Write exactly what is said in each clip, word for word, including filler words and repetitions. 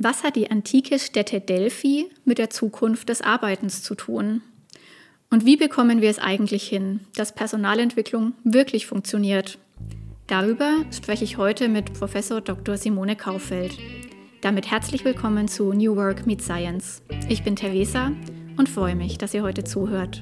Was hat die antike Stätte Delphi mit der Zukunft des Arbeitens zu tun? Und wie bekommen wir es eigentlich hin, dass Personalentwicklung wirklich funktioniert? Darüber spreche ich heute mit Professor Doktor Simone Kaufeld. Damit herzlich willkommen zu New Work Meets Science. Ich bin Theresa und freue mich, dass ihr heute zuhört.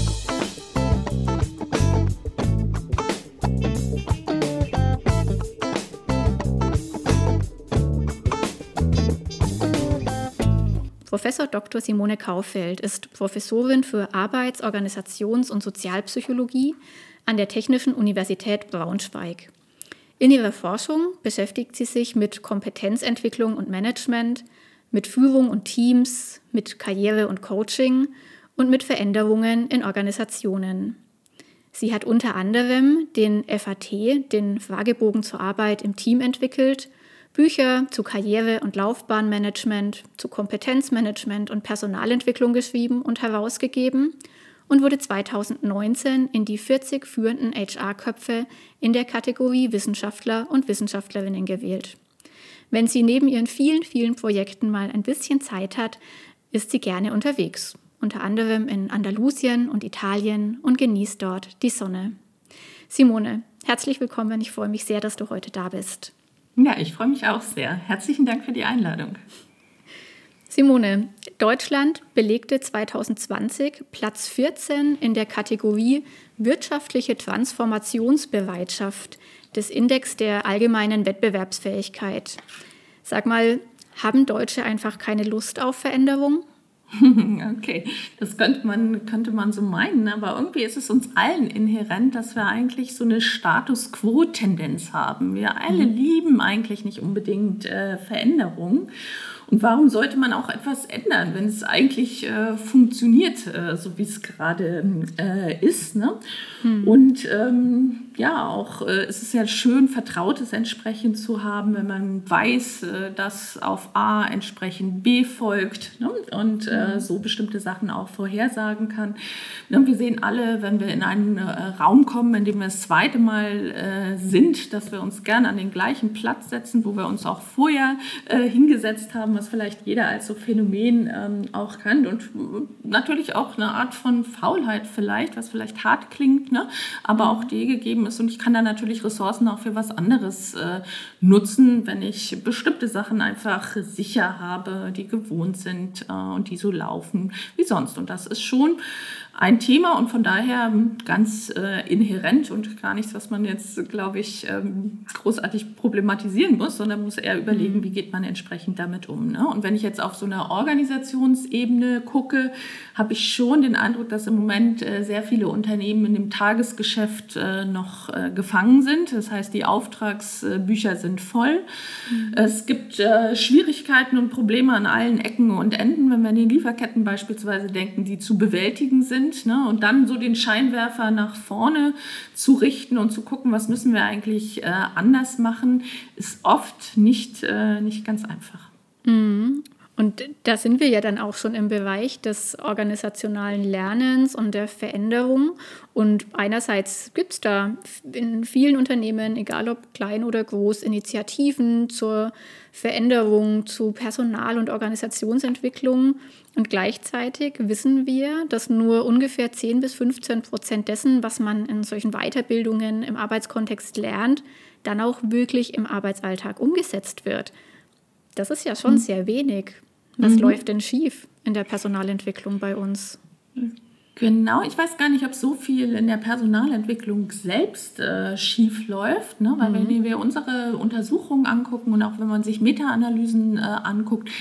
Professor Doktor Simone Kaufeld ist Professorin für Arbeits-, Organisations- und Sozialpsychologie an der Technischen Universität Braunschweig. In ihrer Forschung beschäftigt sie sich mit Kompetenzentwicklung und Management, mit Führung und Teams, mit Karriere und Coaching und mit Veränderungen in Organisationen. Sie hat unter anderem den F A T, den Fragebogen zur Arbeit im Team, entwickelt, Bücher zu Karriere- und Laufbahnmanagement, zu Kompetenzmanagement und Personalentwicklung geschrieben und herausgegeben und wurde zweitausendneunzehn in die vierzig führenden H R-Köpfe in der Kategorie Wissenschaftler und Wissenschaftlerinnen gewählt. Wenn sie neben ihren vielen, vielen Projekten mal ein bisschen Zeit hat, ist sie gerne unterwegs, unter anderem in Andalusien und Italien, und genießt dort die Sonne. Simone, herzlich willkommen. Ich freue mich sehr, dass du heute da bist. Ja, ich freue mich auch sehr. Herzlichen Dank für die Einladung. Simone, Deutschland belegte zweitausendzwanzig Platz vierzehn in der Kategorie Wirtschaftliche Transformationsbereitschaft des Index der allgemeinen Wettbewerbsfähigkeit. Sag mal, haben Deutsche einfach keine Lust auf Veränderung? Okay, das könnte man, könnte man so meinen, aber irgendwie ist es uns allen inhärent, dass wir eigentlich so eine Status-Quo-Tendenz haben. Wir alle mhm. lieben eigentlich nicht unbedingt äh, Veränderung. Und warum sollte man auch etwas ändern, wenn es eigentlich äh, funktioniert, äh, so wie es gerade äh, ist, ne? Hm. Und ähm, ja, auch äh, es ist ja schön, Vertrautes entsprechend zu haben, wenn man weiß, äh, dass auf A entsprechend B folgt, ne? Und äh, hm. so bestimmte Sachen auch vorhersagen kann. Und wir sehen alle, wenn wir in einen äh, Raum kommen, in dem wir das zweite Mal äh, sind, dass wir uns gerne an den gleichen Platz setzen, wo wir uns auch vorher äh, hingesetzt haben, was vielleicht jeder als so Phänomen ähm, auch kennt, und natürlich auch eine Art von Faulheit vielleicht, was vielleicht hart klingt, ne? Aber mhm. auch die gegeben ist, und ich kann da natürlich Ressourcen auch für was anderes äh, nutzen, wenn ich bestimmte Sachen einfach sicher habe, die gewohnt sind äh, und die so laufen wie sonst, und das ist schon ein Thema und von daher ganz äh, inhärent und gar nichts, was man jetzt, glaube ich, ähm, großartig problematisieren muss, sondern muss eher überlegen, mhm. wie geht man entsprechend damit um. Ne? Und wenn ich jetzt auf so einer Organisationsebene gucke, habe ich schon den Eindruck, dass im Moment äh, sehr viele Unternehmen in dem Tagesgeschäft äh, noch äh, gefangen sind. Das heißt, die Auftragsbücher sind voll. Mhm. Es gibt äh, Schwierigkeiten und Probleme an allen Ecken und Enden, wenn wir an die Lieferketten beispielsweise denken, die zu bewältigen sind. Ne? Und dann so den Scheinwerfer nach vorne zu richten und zu gucken, was müssen wir eigentlich äh, anders machen, ist oft nicht, äh, nicht ganz einfach. Mhm. Und da sind wir ja dann auch schon im Bereich des organisationalen Lernens und der Veränderung. Und einerseits gibt es da in vielen Unternehmen, egal ob klein oder groß, Initiativen zur Veränderung, zu Personal- und Organisationsentwicklung. Und gleichzeitig wissen wir, dass nur ungefähr zehn bis fünfzehn Prozent dessen, was man in solchen Weiterbildungen im Arbeitskontext lernt, dann auch wirklich im Arbeitsalltag umgesetzt wird. Das ist ja schon mhm. sehr wenig. Was mhm. läuft denn schief in der Personalentwicklung bei uns? Genau, ich weiß gar nicht, ob so viel in der Personalentwicklung selbst äh, schief läuft, ne? Weil mhm. wenn wir unsere Untersuchungen angucken und auch wenn man sich Meta-Analysen äh, anguckt.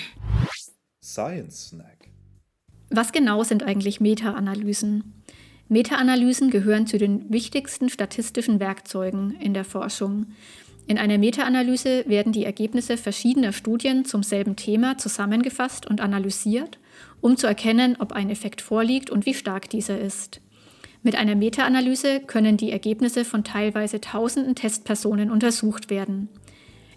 Science Snack. Was genau sind eigentlich Meta-Analysen? Meta-Analysen gehören zu den wichtigsten statistischen Werkzeugen in der Forschung. In einer Meta-Analyse werden die Ergebnisse verschiedener Studien zum selben Thema zusammengefasst und analysiert, um zu erkennen, ob ein Effekt vorliegt und wie stark dieser ist. Mit einer Meta-Analyse können die Ergebnisse von teilweise tausenden Testpersonen untersucht werden.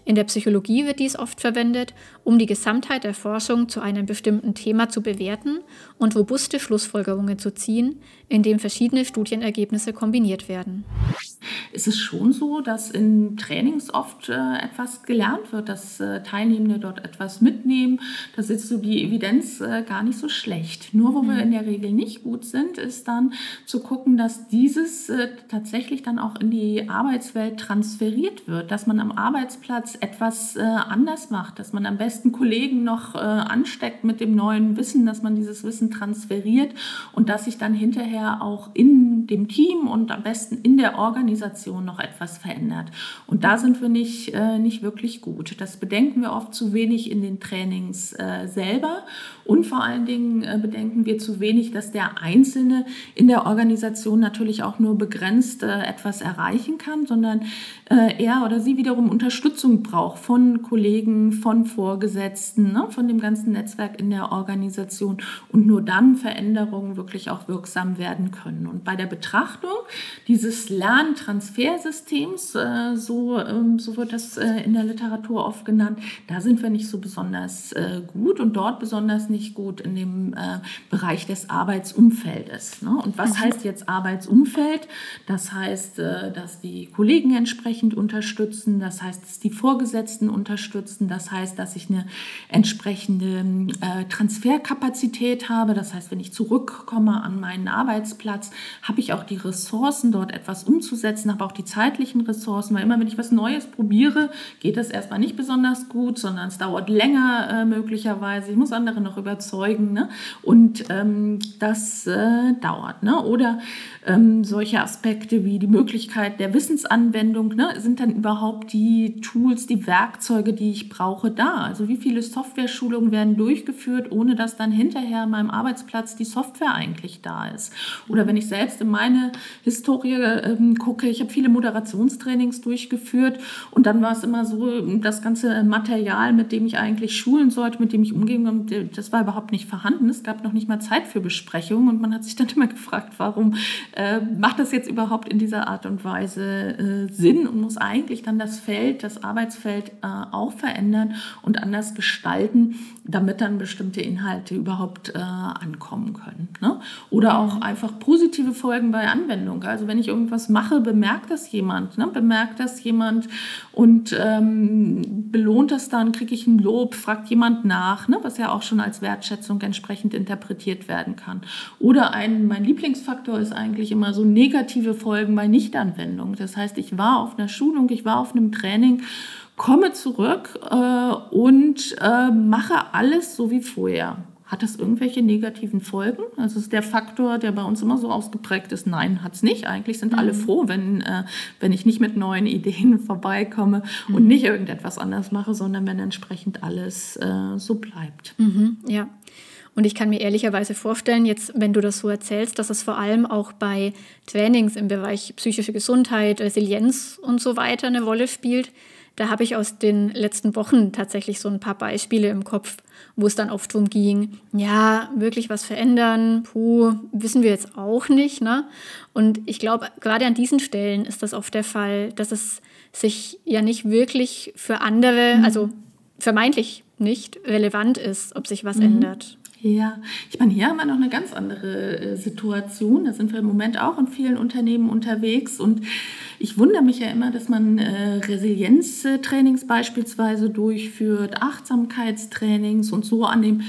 In der Psychologie wird dies oft verwendet, um die Gesamtheit der Forschung zu einem bestimmten Thema zu bewerten und robuste Schlussfolgerungen zu ziehen, indem verschiedene Studienergebnisse kombiniert werden. Ist es schon so, dass in Trainings oft äh, etwas gelernt wird, dass äh, Teilnehmende dort etwas mitnehmen? Da ist so die Evidenz äh, gar nicht so schlecht. Nur wo mhm. wir in der Regel nicht gut sind, ist dann zu gucken, dass dieses äh, tatsächlich dann auch in die Arbeitswelt transferiert wird, dass man am Arbeitsplatz etwas äh, anders macht, dass man am besten Kollegen noch äh, ansteckt mit dem neuen Wissen, dass man dieses Wissen transferiert und dass sich dann hinterher auch in dem Team und am besten in der Organisation noch etwas verändert. Und da sind wir nicht, äh, nicht wirklich gut. Das bedenken wir oft zu wenig in den Trainings äh, selber und vor allen Dingen äh, bedenken wir zu wenig, dass der Einzelne in der Organisation natürlich auch nur begrenzt äh, etwas erreichen kann, sondern äh, er oder sie wiederum Unterstützung braucht von Kollegen, von Vorgesetzten, ne, von dem ganzen Netzwerk in der Organisation und nur dann Veränderungen wirklich auch wirksam werden können. Und bei der Betrachtung dieses Lerntransfersystems, äh, so, ähm, so wird das äh, in der Literatur oft genannt, da sind wir nicht so besonders äh, gut und dort besonders nicht gut in dem äh, Bereich des Arbeitsumfeldes. Ne? Und was heißt jetzt Arbeitsumfeld? Das heißt, äh, dass die Kollegen entsprechend unterstützen, das heißt, dass die Vorgesetzten unterstützen, das heißt, dass ich eine entsprechende äh, Transferkapazität habe, das heißt, wenn ich zurückkomme an meinen Arbeitsplatz, habe ich auch die Ressourcen, dort etwas umzusetzen, habe auch die zeitlichen Ressourcen, weil immer, wenn ich was Neues probiere, geht das erstmal nicht besonders gut, sondern es dauert länger äh, möglicherweise. Ich muss andere noch überzeugen, ne? Und ähm, das äh, dauert. Ne? Oder ähm, solche Aspekte wie die Möglichkeit der Wissensanwendung, ne? Sind dann überhaupt die Tools, die Werkzeuge, die ich brauche, da? Also wie viele Software-Schulungen werden durchgeführt, ohne dass dann hinterher an meinem Arbeitsplatz die Software eigentlich da ist? Oder wenn ich selbst in meine Historie ähm, gucke, ich habe viele Moderationstrainings durchgeführt und dann war es immer so, das ganze Material, mit dem ich eigentlich schulen sollte, mit dem ich umgehen konnte, das war überhaupt nicht vorhanden. Es gab noch nicht mal Zeit für Besprechungen und man hat sich dann immer gefragt, warum äh, macht das jetzt überhaupt in dieser Art und Weise äh, Sinn und muss eigentlich dann das Feld, das Arbeitsfeld äh, auch verändern und anders gestalten, damit dann bestimmte Inhalte überhaupt äh, ankommen können. Ne? Oder auch einfach positive Folgen bei Anwendung. Also wenn ich irgendwas mache, bemerkt das jemand, ne? bemerkt das jemand und ähm, belohnt das dann, kriege ich ein Lob, fragt jemand nach, ne? Was ja auch schon als Wertschätzung entsprechend interpretiert werden kann. Oder ein, mein Lieblingsfaktor ist eigentlich immer so negative Folgen bei Nichtanwendung. Das heißt, ich war auf einer Schulung, ich war auf einem Training, komme zurück äh, und äh, mache alles so wie vorher. Hat das irgendwelche negativen Folgen? Also ist der Faktor, der bei uns immer so ausgeprägt ist, nein, hat es nicht. Eigentlich sind mhm. alle froh, wenn, äh, wenn ich nicht mit neuen Ideen vorbeikomme mhm. und nicht irgendetwas anders mache, sondern wenn entsprechend alles äh, so bleibt. Mhm, ja. Und ich kann mir ehrlicherweise vorstellen, jetzt, wenn du das so erzählst, dass es vor allem auch bei Trainings im Bereich psychische Gesundheit, Resilienz und so weiter eine Rolle spielt. Da habe ich aus den letzten Wochen tatsächlich so ein paar Beispiele im Kopf, wo es dann oft darum ging, ja, wirklich was verändern, puh, wissen wir jetzt auch nicht, ne? Und ich glaube, gerade an diesen Stellen ist das oft der Fall, dass es sich ja nicht wirklich für andere, mhm. also vermeintlich nicht relevant ist, ob sich was mhm. ändert. Ja, ich meine, hier haben wir noch eine ganz andere äh, Situation. Da sind wir im Moment auch in vielen Unternehmen unterwegs. Und ich wundere mich ja immer, dass man äh, Resilienztrainings beispielsweise durchführt, Achtsamkeitstrainings und so an dem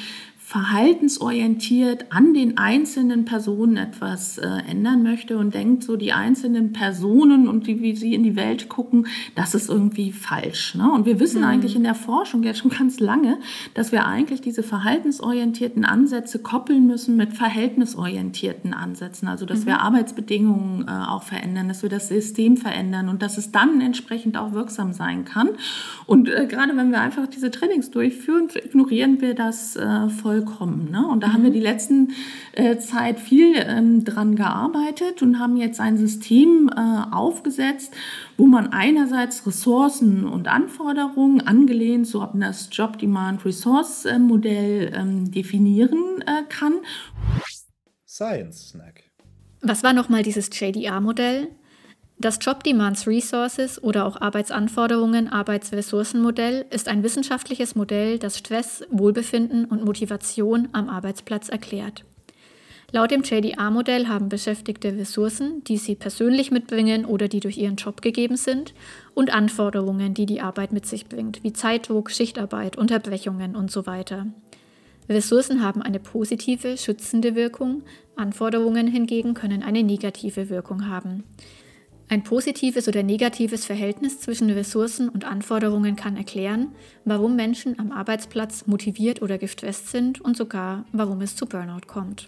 verhaltensorientiert an den einzelnen Personen etwas äh, ändern möchte und denkt, so die einzelnen Personen und die, wie sie in die Welt gucken, das ist irgendwie falsch. Ne? Und wir wissen mhm. eigentlich in der Forschung jetzt schon ganz lange, dass wir eigentlich diese verhaltensorientierten Ansätze koppeln müssen mit verhältnisorientierten Ansätzen. Also dass mhm. wir Arbeitsbedingungen äh, auch verändern, dass wir das System verändern und dass es dann entsprechend auch wirksam sein kann. Und äh, gerade wenn wir einfach diese Trainings durchführen, ignorieren wir das äh, voll kommen. Ne? Und da mhm. haben wir die letzten äh, Zeit viel ähm, dran gearbeitet und haben jetzt ein System äh, aufgesetzt, wo man einerseits Ressourcen und Anforderungen angelehnt, so ab das Job-Demand-Resource-Modell ähm, definieren äh, kann. Science Snack. Was war nochmal dieses J D R-Modell? Das Job Demands Resources oder auch Arbeitsanforderungen Arbeitsressourcenmodell ist ein wissenschaftliches Modell, das Stress, Wohlbefinden und Motivation am Arbeitsplatz erklärt. Laut dem J D R-Modell haben Beschäftigte Ressourcen, die sie persönlich mitbringen oder die durch ihren Job gegeben sind, und Anforderungen, die die Arbeit mit sich bringt, wie Zeitdruck, Schichtarbeit, Unterbrechungen und so weiter. Ressourcen haben eine positive, schützende Wirkung, Anforderungen hingegen können eine negative Wirkung haben. Ein positives oder negatives Verhältnis zwischen Ressourcen und Anforderungen kann erklären, warum Menschen am Arbeitsplatz motiviert oder gestresst sind und sogar, warum es zu Burnout kommt.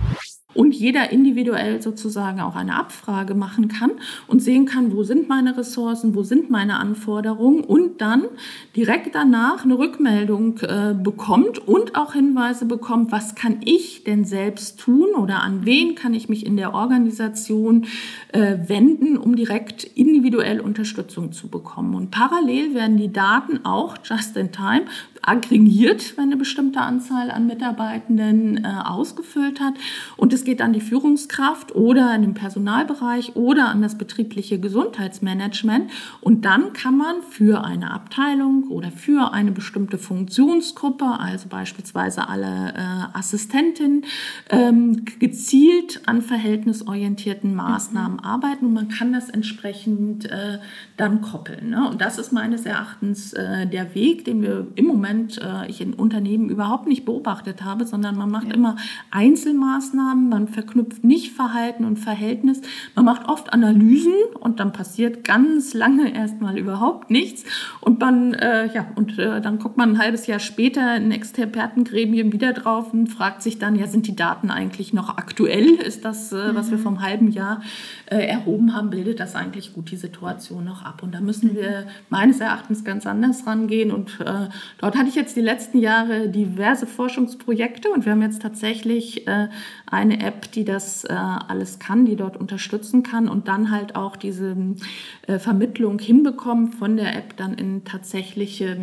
Und jeder individuell sozusagen auch eine Abfrage machen kann und sehen kann, wo sind meine Ressourcen, wo sind meine Anforderungen und dann direkt danach eine Rückmeldung äh, bekommt und auch Hinweise bekommt, was kann ich denn selbst tun oder an wen kann ich mich in der Organisation äh, wenden, um direkt individuell Unterstützung zu bekommen. Und parallel werden die Daten auch just in time aggregiert, wenn eine bestimmte Anzahl an Mitarbeitenden äh, ausgefüllt hat. Und es geht an die Führungskraft oder in den Personalbereich oder an das betriebliche Gesundheitsmanagement. Und dann kann man für eine Abteilung oder für eine bestimmte Funktionsgruppe, also beispielsweise alle äh, Assistentinnen, ähm, gezielt an verhältnisorientierten Maßnahmen mhm. arbeiten. Und man kann das entsprechend äh, dann koppeln. Ne? Und das ist meines Erachtens äh, der Weg, den wir im Moment ich in Unternehmen überhaupt nicht beobachtet habe, sondern man macht ja. immer Einzelmaßnahmen, man verknüpft nicht Verhalten und Verhältnis, man macht oft Analysen und dann passiert ganz lange erstmal überhaupt nichts und man, äh, ja, und äh, dann guckt man ein halbes Jahr später in Expertengremien wieder drauf und fragt sich dann, ja, sind die Daten eigentlich noch aktuell? Ist das, äh, mhm. was wir vom halben Jahr äh, erhoben haben, bildet das eigentlich gut die Situation noch ab? Und da müssen wir meines Erachtens ganz anders rangehen und äh, dort hatte ich jetzt die letzten Jahre diverse Forschungsprojekte und wir haben jetzt tatsächlich äh, eine App, die das äh, alles kann, die dort unterstützen kann und dann halt auch diese äh, Vermittlung hinbekommen von der App dann in tatsächliche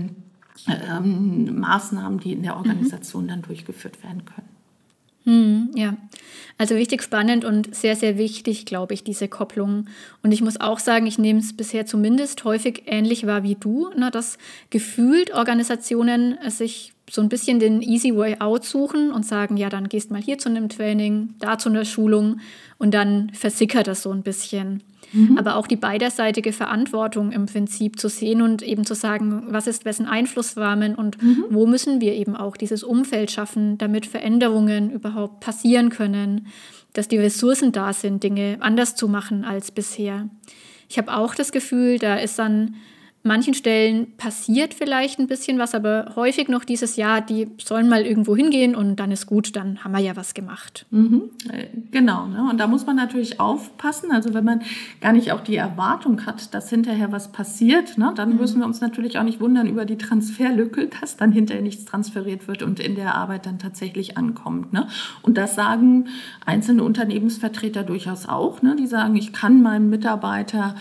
ähm, Maßnahmen, die in der Organisation mhm. dann durchgeführt werden können. Hm, ja, also richtig spannend und sehr, sehr wichtig, glaube ich, diese Kopplung. Und ich muss auch sagen, ich nehme es bisher zumindest häufig ähnlich wahr wie du, ne, dass gefühlt Organisationen sich so ein bisschen den easy way out suchen und sagen, ja, dann gehst mal hier zu einem Training, da zu einer Schulung und dann versickert das so ein bisschen. Mhm. Aber auch die beiderseitige Verantwortung im Prinzip zu sehen und eben zu sagen, was ist wessen Einflussrahmen und mhm. wo müssen wir eben auch dieses Umfeld schaffen, damit Veränderungen überhaupt passieren können, dass die Ressourcen da sind, Dinge anders zu machen als bisher. Ich habe auch das Gefühl, da ist an manchen Stellen passiert vielleicht ein bisschen was, aber häufig noch dieses Jahr, die sollen mal irgendwo hingehen und dann ist gut, dann haben wir ja was gemacht. Mhm, genau, ne? Und da muss man natürlich aufpassen, also wenn man gar nicht auch die Erwartung hat, dass hinterher was passiert, ne, dann mhm. müssen wir uns natürlich auch nicht wundern über die Transferlücke, dass dann hinterher nichts transferiert wird und in der Arbeit dann tatsächlich ankommt. Ne? Und das sagen einzelne Unternehmensvertreter durchaus auch, ne? Die sagen, ich kann meinem Mitarbeiter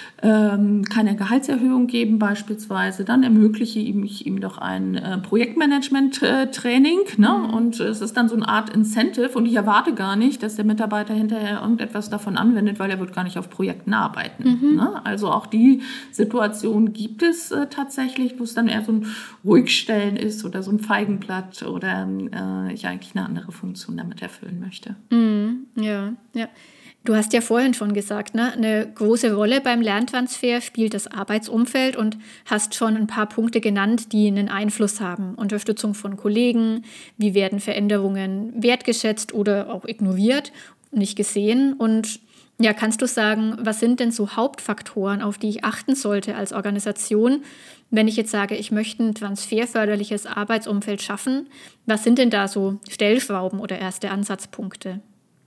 keine Gehaltserhöhung geben beispielsweise, dann ermögliche ich ihm doch ein äh, Projektmanagement-Training. Ne? Mhm. Und es ist dann so eine Art Incentive und ich erwarte gar nicht, dass der Mitarbeiter hinterher irgendetwas davon anwendet, weil er wird gar nicht auf Projekten arbeiten. Mhm. Ne? Also auch die Situation gibt es äh, tatsächlich, wo es dann eher so ein Ruhigstellen ist oder so ein Feigenblatt oder äh, ich eigentlich eine andere Funktion damit erfüllen möchte. Mhm. Ja, ja. Du hast ja vorhin schon gesagt, ne, eine große Rolle beim Lerntransfer spielt das Arbeitsumfeld und hast schon ein paar Punkte genannt, die einen Einfluss haben. Unterstützung von Kollegen, wie werden Veränderungen wertgeschätzt oder auch ignoriert, nicht gesehen. Und ja, kannst du sagen, was sind denn so Hauptfaktoren, auf die ich achten sollte als Organisation, wenn ich jetzt sage, ich möchte ein transferförderliches Arbeitsumfeld schaffen? Was sind denn da so Stellschrauben oder erste Ansatzpunkte?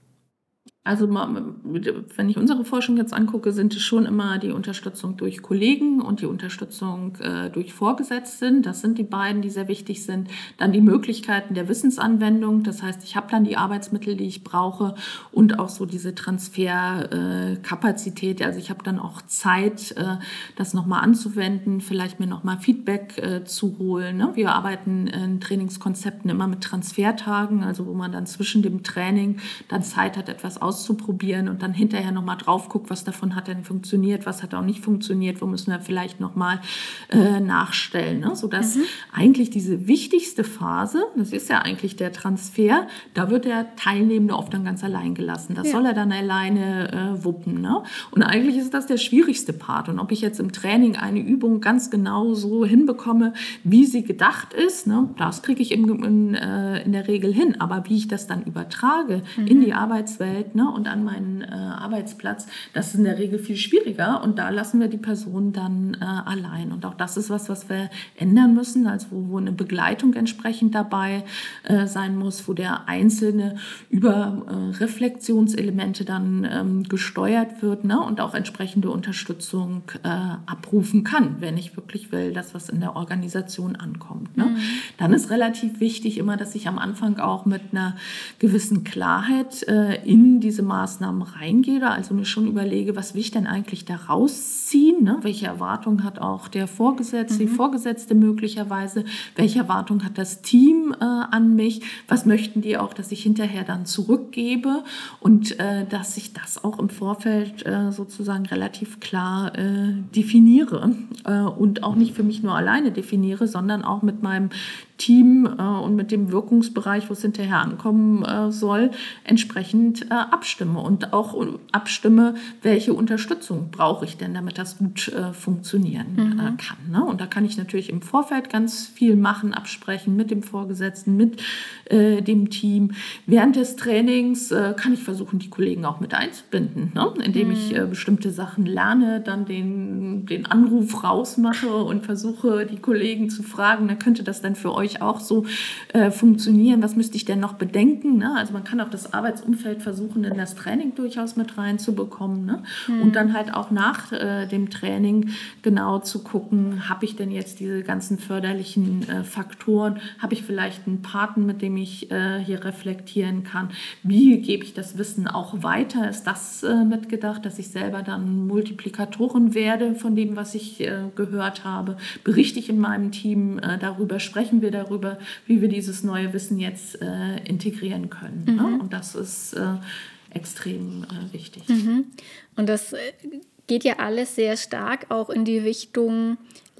Also wenn ich unsere Forschung jetzt angucke, sind es schon immer die Unterstützung durch Kollegen und die Unterstützung äh, durch Vorgesetzten. Das sind die beiden, die sehr wichtig sind. Dann die Möglichkeiten der Wissensanwendung. Das heißt, ich habe dann die Arbeitsmittel, die ich brauche und auch so diese Transferkapazität. Äh, also ich habe dann auch Zeit, äh, das nochmal anzuwenden, vielleicht mir nochmal Feedback äh, zu holen. Ne? Wir arbeiten in Trainingskonzepten immer mit Transfertagen, also wo man dann zwischen dem Training dann Zeit hat, etwas auszuprobieren auszuprobieren und dann hinterher nochmal drauf guckt, was davon hat denn funktioniert, was hat auch nicht funktioniert, wo müssen wir vielleicht nochmal äh, nachstellen. Ne? Sodass mhm. eigentlich diese wichtigste Phase, das ist ja eigentlich der Transfer, da wird der Teilnehmende oft dann ganz allein gelassen. Das ja. soll er dann alleine äh, wuppen. Ne? Und eigentlich ist das der schwierigste Part. Und ob ich jetzt im Training eine Übung ganz genau so hinbekomme, wie sie gedacht ist, ne, das kriege ich in, in, äh, in der Regel hin. Aber wie ich das dann übertrage mhm. in die Arbeitswelt, ne, und an meinen äh, Arbeitsplatz, das ist in der Regel viel schwieriger. Und da lassen wir die Person dann äh, allein. Und auch das ist was, was wir ändern müssen, also wo, wo eine Begleitung entsprechend dabei äh, sein muss, wo der Einzelne über äh, Reflexionselemente dann ähm, gesteuert wird, ne, und auch entsprechende Unterstützung äh, abrufen kann, wenn ich wirklich will, dass was in der Organisation ankommt. Ne. Mhm. Dann ist relativ wichtig immer, dass ich am Anfang auch mit einer gewissen Klarheit äh, in diese Maßnahmen reingehe, also mir schon überlege, was will ich denn eigentlich da rausziehen, ne? Welche Erwartung hat auch der Vorgesetzte, mhm. die Vorgesetzte möglicherweise, welche Erwartung hat das Team äh, an mich, was möchten die auch, dass ich hinterher dann zurückgebe und äh, dass ich das auch im Vorfeld äh, sozusagen relativ klar äh, definiere äh, und auch nicht für mich nur alleine definiere, sondern auch mit meinem Team äh, und mit dem Wirkungsbereich, wo es hinterher ankommen äh, soll, entsprechend äh, abstimme und auch abstimme, welche Unterstützung brauche ich denn, damit das gut äh, funktionieren mhm. äh, kann. Ne? Und da kann ich natürlich im Vorfeld ganz viel machen, absprechen mit dem Vorgesetzten, mit äh, dem Team. Während des Trainings äh, kann ich versuchen, die Kollegen auch mit einzubinden, ne? Indem mhm. ich äh, bestimmte Sachen lerne, dann den, den Anruf rausmache und versuche, die Kollegen zu fragen, na, könnte das denn für euch auch so äh, funktionieren? Was müsste ich denn noch bedenken? Ne? Also man kann auch das Arbeitsumfeld versuchen, in das Training durchaus mit reinzubekommen. Ne? Mhm. Und dann halt auch nach äh, dem Training genau zu gucken, habe ich denn jetzt diese ganzen förderlichen äh, Faktoren? Habe ich vielleicht einen Partner, mit dem ich äh, hier reflektieren kann? Wie gebe ich das Wissen auch weiter? Ist das äh, mitgedacht, dass ich selber dann Multiplikatorin werde von dem, was ich äh, gehört habe? Berichte ich in meinem Team äh, darüber? Sprechen wir darüber, wie wir dieses neue Wissen jetzt äh, integrieren können. Mhm. Ne? Und das ist äh, extrem äh, wichtig. Mhm. Und das geht ja alles sehr stark auch in die Richtung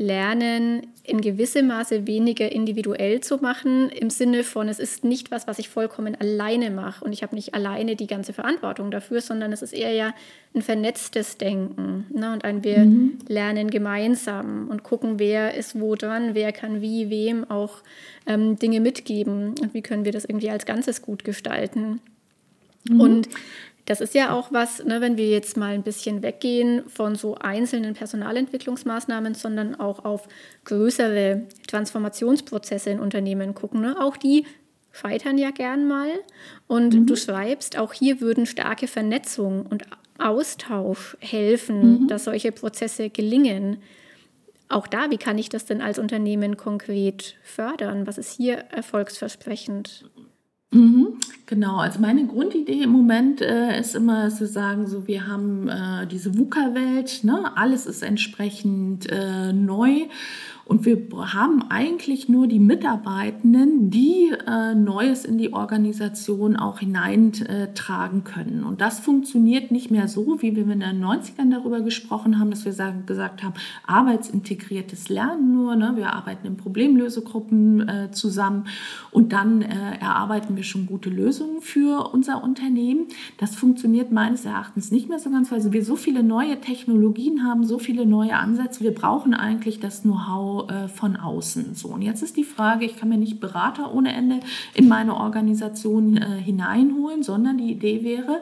Lernen in gewissem Maße weniger individuell zu machen, im Sinne von, es ist nicht was, was ich vollkommen alleine mache und ich habe nicht alleine die ganze Verantwortung dafür, sondern es ist eher ja ein vernetztes Denken. Ne? Und ein wir mhm. lernen gemeinsam und gucken, wer ist wo dran, wer kann wie, wem auch ähm, Dinge mitgeben und wie können wir das irgendwie als Ganzes gut gestalten. Mhm. Und das ist ja auch was, ne, wenn wir jetzt mal ein bisschen weggehen von so einzelnen Personalentwicklungsmaßnahmen, sondern auch auf größere Transformationsprozesse in Unternehmen gucken. Ne? Auch die scheitern ja gern mal. Und mhm. du schreibst, auch hier würden starke Vernetzung und Austausch helfen, mhm. dass solche Prozesse gelingen. Auch da, wie kann ich das denn als Unternehmen konkret fördern? Was ist hier erfolgsversprechend? Mhm, genau, also meine Grundidee im Moment äh, ist immer zu sagen, so wir haben äh, diese VUCA-Welt, ne? Alles ist entsprechend äh, neu. Und wir haben eigentlich nur die Mitarbeitenden, die äh, Neues in die Organisation auch hineintragen können. Und das funktioniert nicht mehr so, wie wir in den neunzigern darüber gesprochen haben, dass wir sagen, gesagt haben, arbeitsintegriertes Lernen nur. Ne? Wir arbeiten in Problemlösegruppen äh, zusammen und dann äh, erarbeiten wir schon gute Lösungen für unser Unternehmen. Das funktioniert meines Erachtens nicht mehr so ganz, weil wir so viele neue Technologien haben, so viele neue Ansätze. Wir brauchen eigentlich das Know-how von außen. So, und jetzt ist die Frage, ich kann mir nicht Berater ohne Ende in meine Organisation äh, hineinholen, sondern die Idee wäre,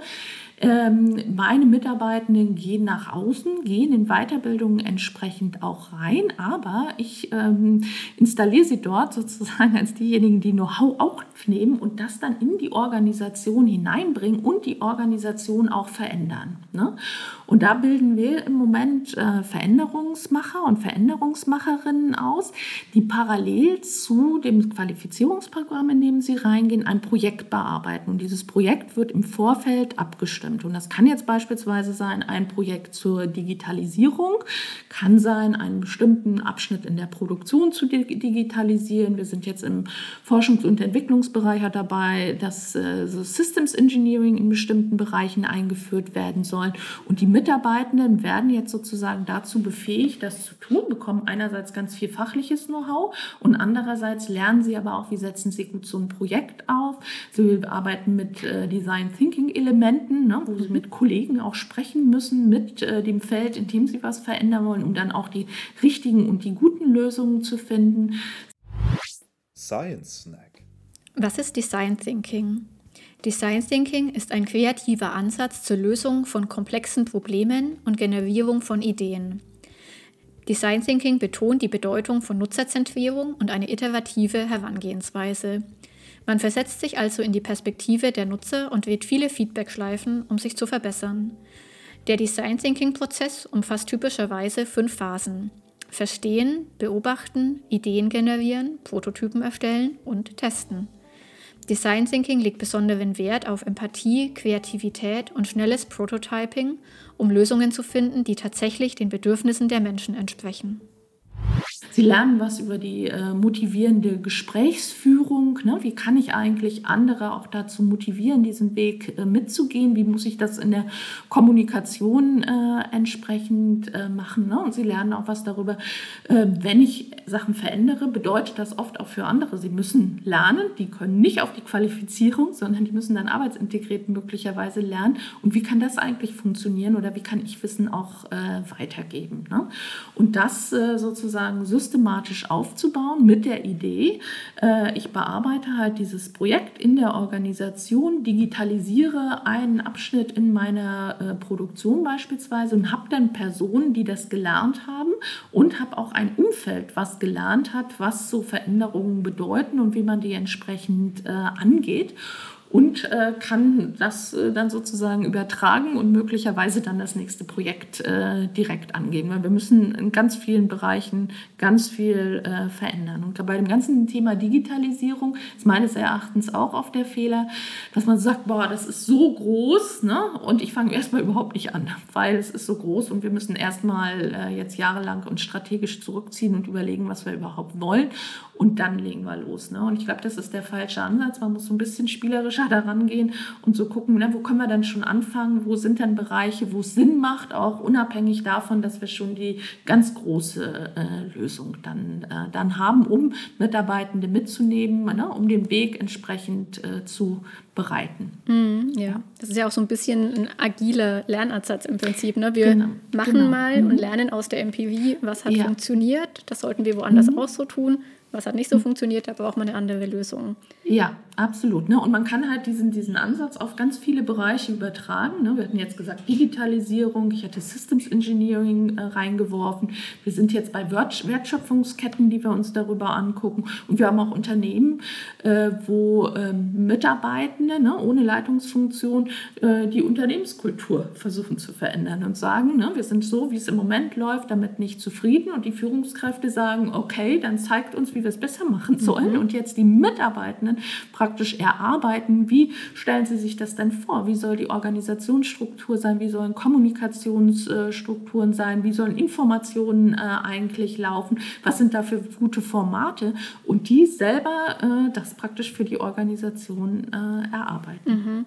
ähm, meine Mitarbeitenden gehen nach außen, gehen in Weiterbildungen entsprechend auch rein, aber ich ähm, installiere sie dort sozusagen als diejenigen, die Know-how auch nehmen und das dann in die Organisation hineinbringen und die Organisation auch verändern. Ne? Und da bilden wir im Moment äh, Veränderungsmacher und Veränderungsmacherinnen aus, die parallel zu dem Qualifizierungsprogramm, in dem sie reingehen, ein Projekt bearbeiten. Und dieses Projekt wird im Vorfeld abgestimmt. bestimmt. Und das kann jetzt beispielsweise sein, ein Projekt zur Digitalisierung, kann sein, einen bestimmten Abschnitt in der Produktion zu digitalisieren. Wir sind jetzt im Forschungs- und Entwicklungsbereich dabei, dass äh, so Systems Engineering in bestimmten Bereichen eingeführt werden sollen. Und die Mitarbeitenden werden jetzt sozusagen dazu befähigt, das zu tun, bekommen einerseits ganz viel fachliches Know-how und andererseits lernen sie aber auch, wie setzen sie gut so ein Projekt auf. Sie arbeiten mit äh, Design Thinking Elementen, ne, wo sie mit Kollegen auch sprechen müssen, mit äh, dem Feld, in dem sie was verändern wollen, um dann auch die richtigen und die guten Lösungen zu finden. Science Snack. Was ist Design Thinking? Design Thinking ist ein kreativer Ansatz zur Lösung von komplexen Problemen und Generierung von Ideen. Design Thinking betont die Bedeutung von Nutzerzentrierung und eine iterative Herangehensweise. Man versetzt sich also in die Perspektive der Nutzer und wählt viele Feedbackschleifen, um sich zu verbessern. Der Design Thinking-Prozess umfasst typischerweise fünf Phasen: Verstehen, beobachten, Ideen generieren, Prototypen erstellen und testen. Design Thinking legt besonderen Wert auf Empathie, Kreativität und schnelles Prototyping, um Lösungen zu finden, die tatsächlich den Bedürfnissen der Menschen entsprechen. Sie lernen was über die äh, motivierende Gesprächsführung. Ne? Wie kann ich eigentlich andere auch dazu motivieren, diesen Weg äh, mitzugehen? Wie muss ich das in der Kommunikation äh, entsprechend äh, machen? Ne? Und sie lernen auch was darüber, äh, wenn ich Sachen verändere, bedeutet das oft auch für andere. Sie müssen lernen, die können nicht auf die Qualifizierung, sondern die müssen dann arbeitsintegriert möglicherweise lernen. Und wie kann das eigentlich funktionieren oder wie kann ich Wissen auch äh, weitergeben? Ne? Und das äh, sozusagen systematisch aufzubauen mit der Idee, äh, ich bearbeite halt dieses Projekt in der Organisation, digitalisiere einen Abschnitt in meiner äh, Produktion beispielsweise und habe dann Personen, die das gelernt haben und habe auch ein Umfeld, was gelernt hat, was so Veränderungen bedeuten und wie man die entsprechend äh, angeht. Und äh, kann das äh, dann sozusagen übertragen und möglicherweise dann das nächste Projekt äh, direkt angehen. Weil wir müssen in ganz vielen Bereichen ganz viel äh, verändern. Und bei dem ganzen Thema Digitalisierung ist meines Erachtens auch oft der Fehler, dass man sagt, boah, das ist so groß, ne? Und ich fange erstmal überhaupt nicht an, weil es ist so groß und wir müssen erstmal äh, jetzt jahrelang uns strategisch zurückziehen und überlegen, was wir überhaupt wollen. Und dann legen wir los. Ne? Und ich glaube, das ist der falsche Ansatz. Man muss so ein bisschen spielerischer daran gehen und so gucken, ne, wo können wir dann schon anfangen, wo sind dann Bereiche, wo es Sinn macht, auch unabhängig davon, dass wir schon die ganz große äh, Lösung dann, äh, dann haben, um Mitarbeitende mitzunehmen, ne, um den Weg entsprechend äh, zu bereiten. Mm, ja, das ist ja auch so ein bisschen ein agiler Lernansatz im Prinzip. Ne? Wir Genau, machen genau. mal Mhm. und lernen aus der Empirie, was hat Ja. funktioniert. Das sollten wir woanders Mhm. auch so tun. Was hat nicht so funktioniert, da braucht man eine andere Lösung. Ja, absolut. Ne? Und man kann halt diesen, diesen Ansatz auf ganz viele Bereiche übertragen. Ne? Wir hatten jetzt gesagt Digitalisierung, ich hatte Systems Engineering äh, reingeworfen. Wir sind jetzt bei Wert- Wertschöpfungsketten, die wir uns darüber angucken. Und wir haben auch Unternehmen, äh, wo ähm, Mitarbeitende ne, ohne Leitungsfunktion äh, die Unternehmenskultur versuchen zu verändern und sagen, ne, wir sind so, wie es im Moment läuft, damit nicht zufrieden. Und die Führungskräfte sagen, okay, dann zeigt uns, wie wir es besser machen sollen. Mhm. Und jetzt die Mitarbeitenden praktisch erarbeiten, wie stellen sie sich das denn vor? Wie soll die Organisationsstruktur sein? Wie sollen Kommunikationsstrukturen sein? Wie sollen Informationen äh, eigentlich laufen? Was sind da für gute Formate? Und die selber äh, das praktisch für die Organisation äh, erarbeiten. Mhm.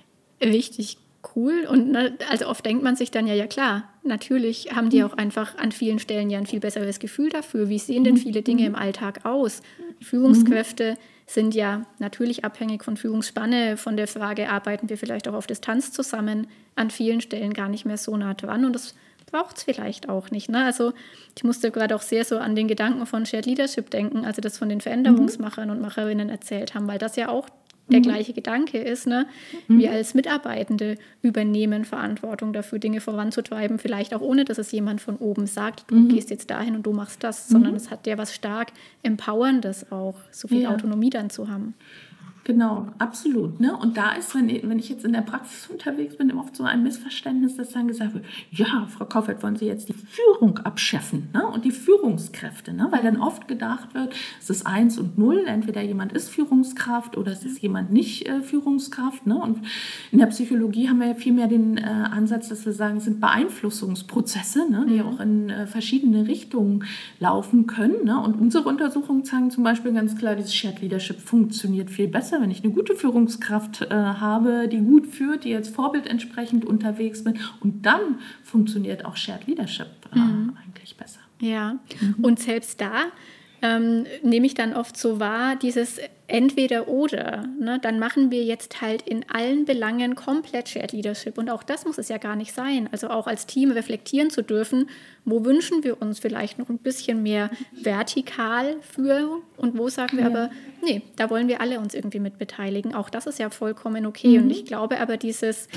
Richtig cool. Und ne, also oft denkt man sich dann ja, ja klar, natürlich haben die auch einfach an vielen Stellen ja ein viel besseres Gefühl dafür. Wie sehen denn viele Dinge im Alltag aus? Führungskräfte sind ja natürlich abhängig von Führungsspanne, von der Frage, arbeiten wir vielleicht auch auf Distanz zusammen, an vielen Stellen gar nicht mehr so nah dran. Und das braucht es vielleicht auch nicht. Ne? Also ich musste gerade auch sehr so an den Gedanken von Shared Leadership denken, also das von den Veränderungsmachern und Macherinnen erzählt haben, weil das ja auch der gleiche Gedanke ist. Ne? Mhm. Wir als Mitarbeitende übernehmen Verantwortung dafür, Dinge voranzutreiben, vielleicht auch ohne, dass es jemand von oben sagt, du mhm. gehst jetzt dahin und du machst das, mhm. sondern es hat ja was stark Empowerndes auch, so viel ja. Autonomie dann zu haben. Genau, absolut. Ne? Und da ist, wenn ich, wenn ich jetzt in der Praxis unterwegs bin, oft so ein Missverständnis, dass dann gesagt wird, ja, Frau Kaufeld, wollen Sie jetzt die Führung abschaffen, ne? Und die Führungskräfte, ne? Weil dann oft gedacht wird, es ist eins und null, entweder jemand ist Führungskraft oder es ist jemand nicht äh, Führungskraft. Ne? Und in der Psychologie haben wir ja vielmehr den äh, Ansatz, dass wir sagen, es sind Beeinflussungsprozesse, ne? Die Mhm. auch in äh, verschiedene Richtungen laufen können. Ne? Und unsere Untersuchungen zeigen zum Beispiel ganz klar, dieses Shared Leadership funktioniert viel besser, wenn ich eine gute Führungskraft äh, habe, die gut führt, die als Vorbild entsprechend unterwegs bin. Und dann funktioniert auch Shared Leadership äh, Mhm. eigentlich besser. Ja, und selbst da ähm, nehme ich dann oft so wahr, dieses Entweder-Oder. Ne? Dann machen wir jetzt halt in allen Belangen komplett Shared Leadership. Und auch das muss es ja gar nicht sein. Also auch als Team reflektieren zu dürfen, wo wünschen wir uns vielleicht noch ein bisschen mehr vertikal Führung und wo sagen wir Ja. aber, nee, da wollen wir alle uns irgendwie mit beteiligen. Auch das ist ja vollkommen okay. Und ich glaube aber dieses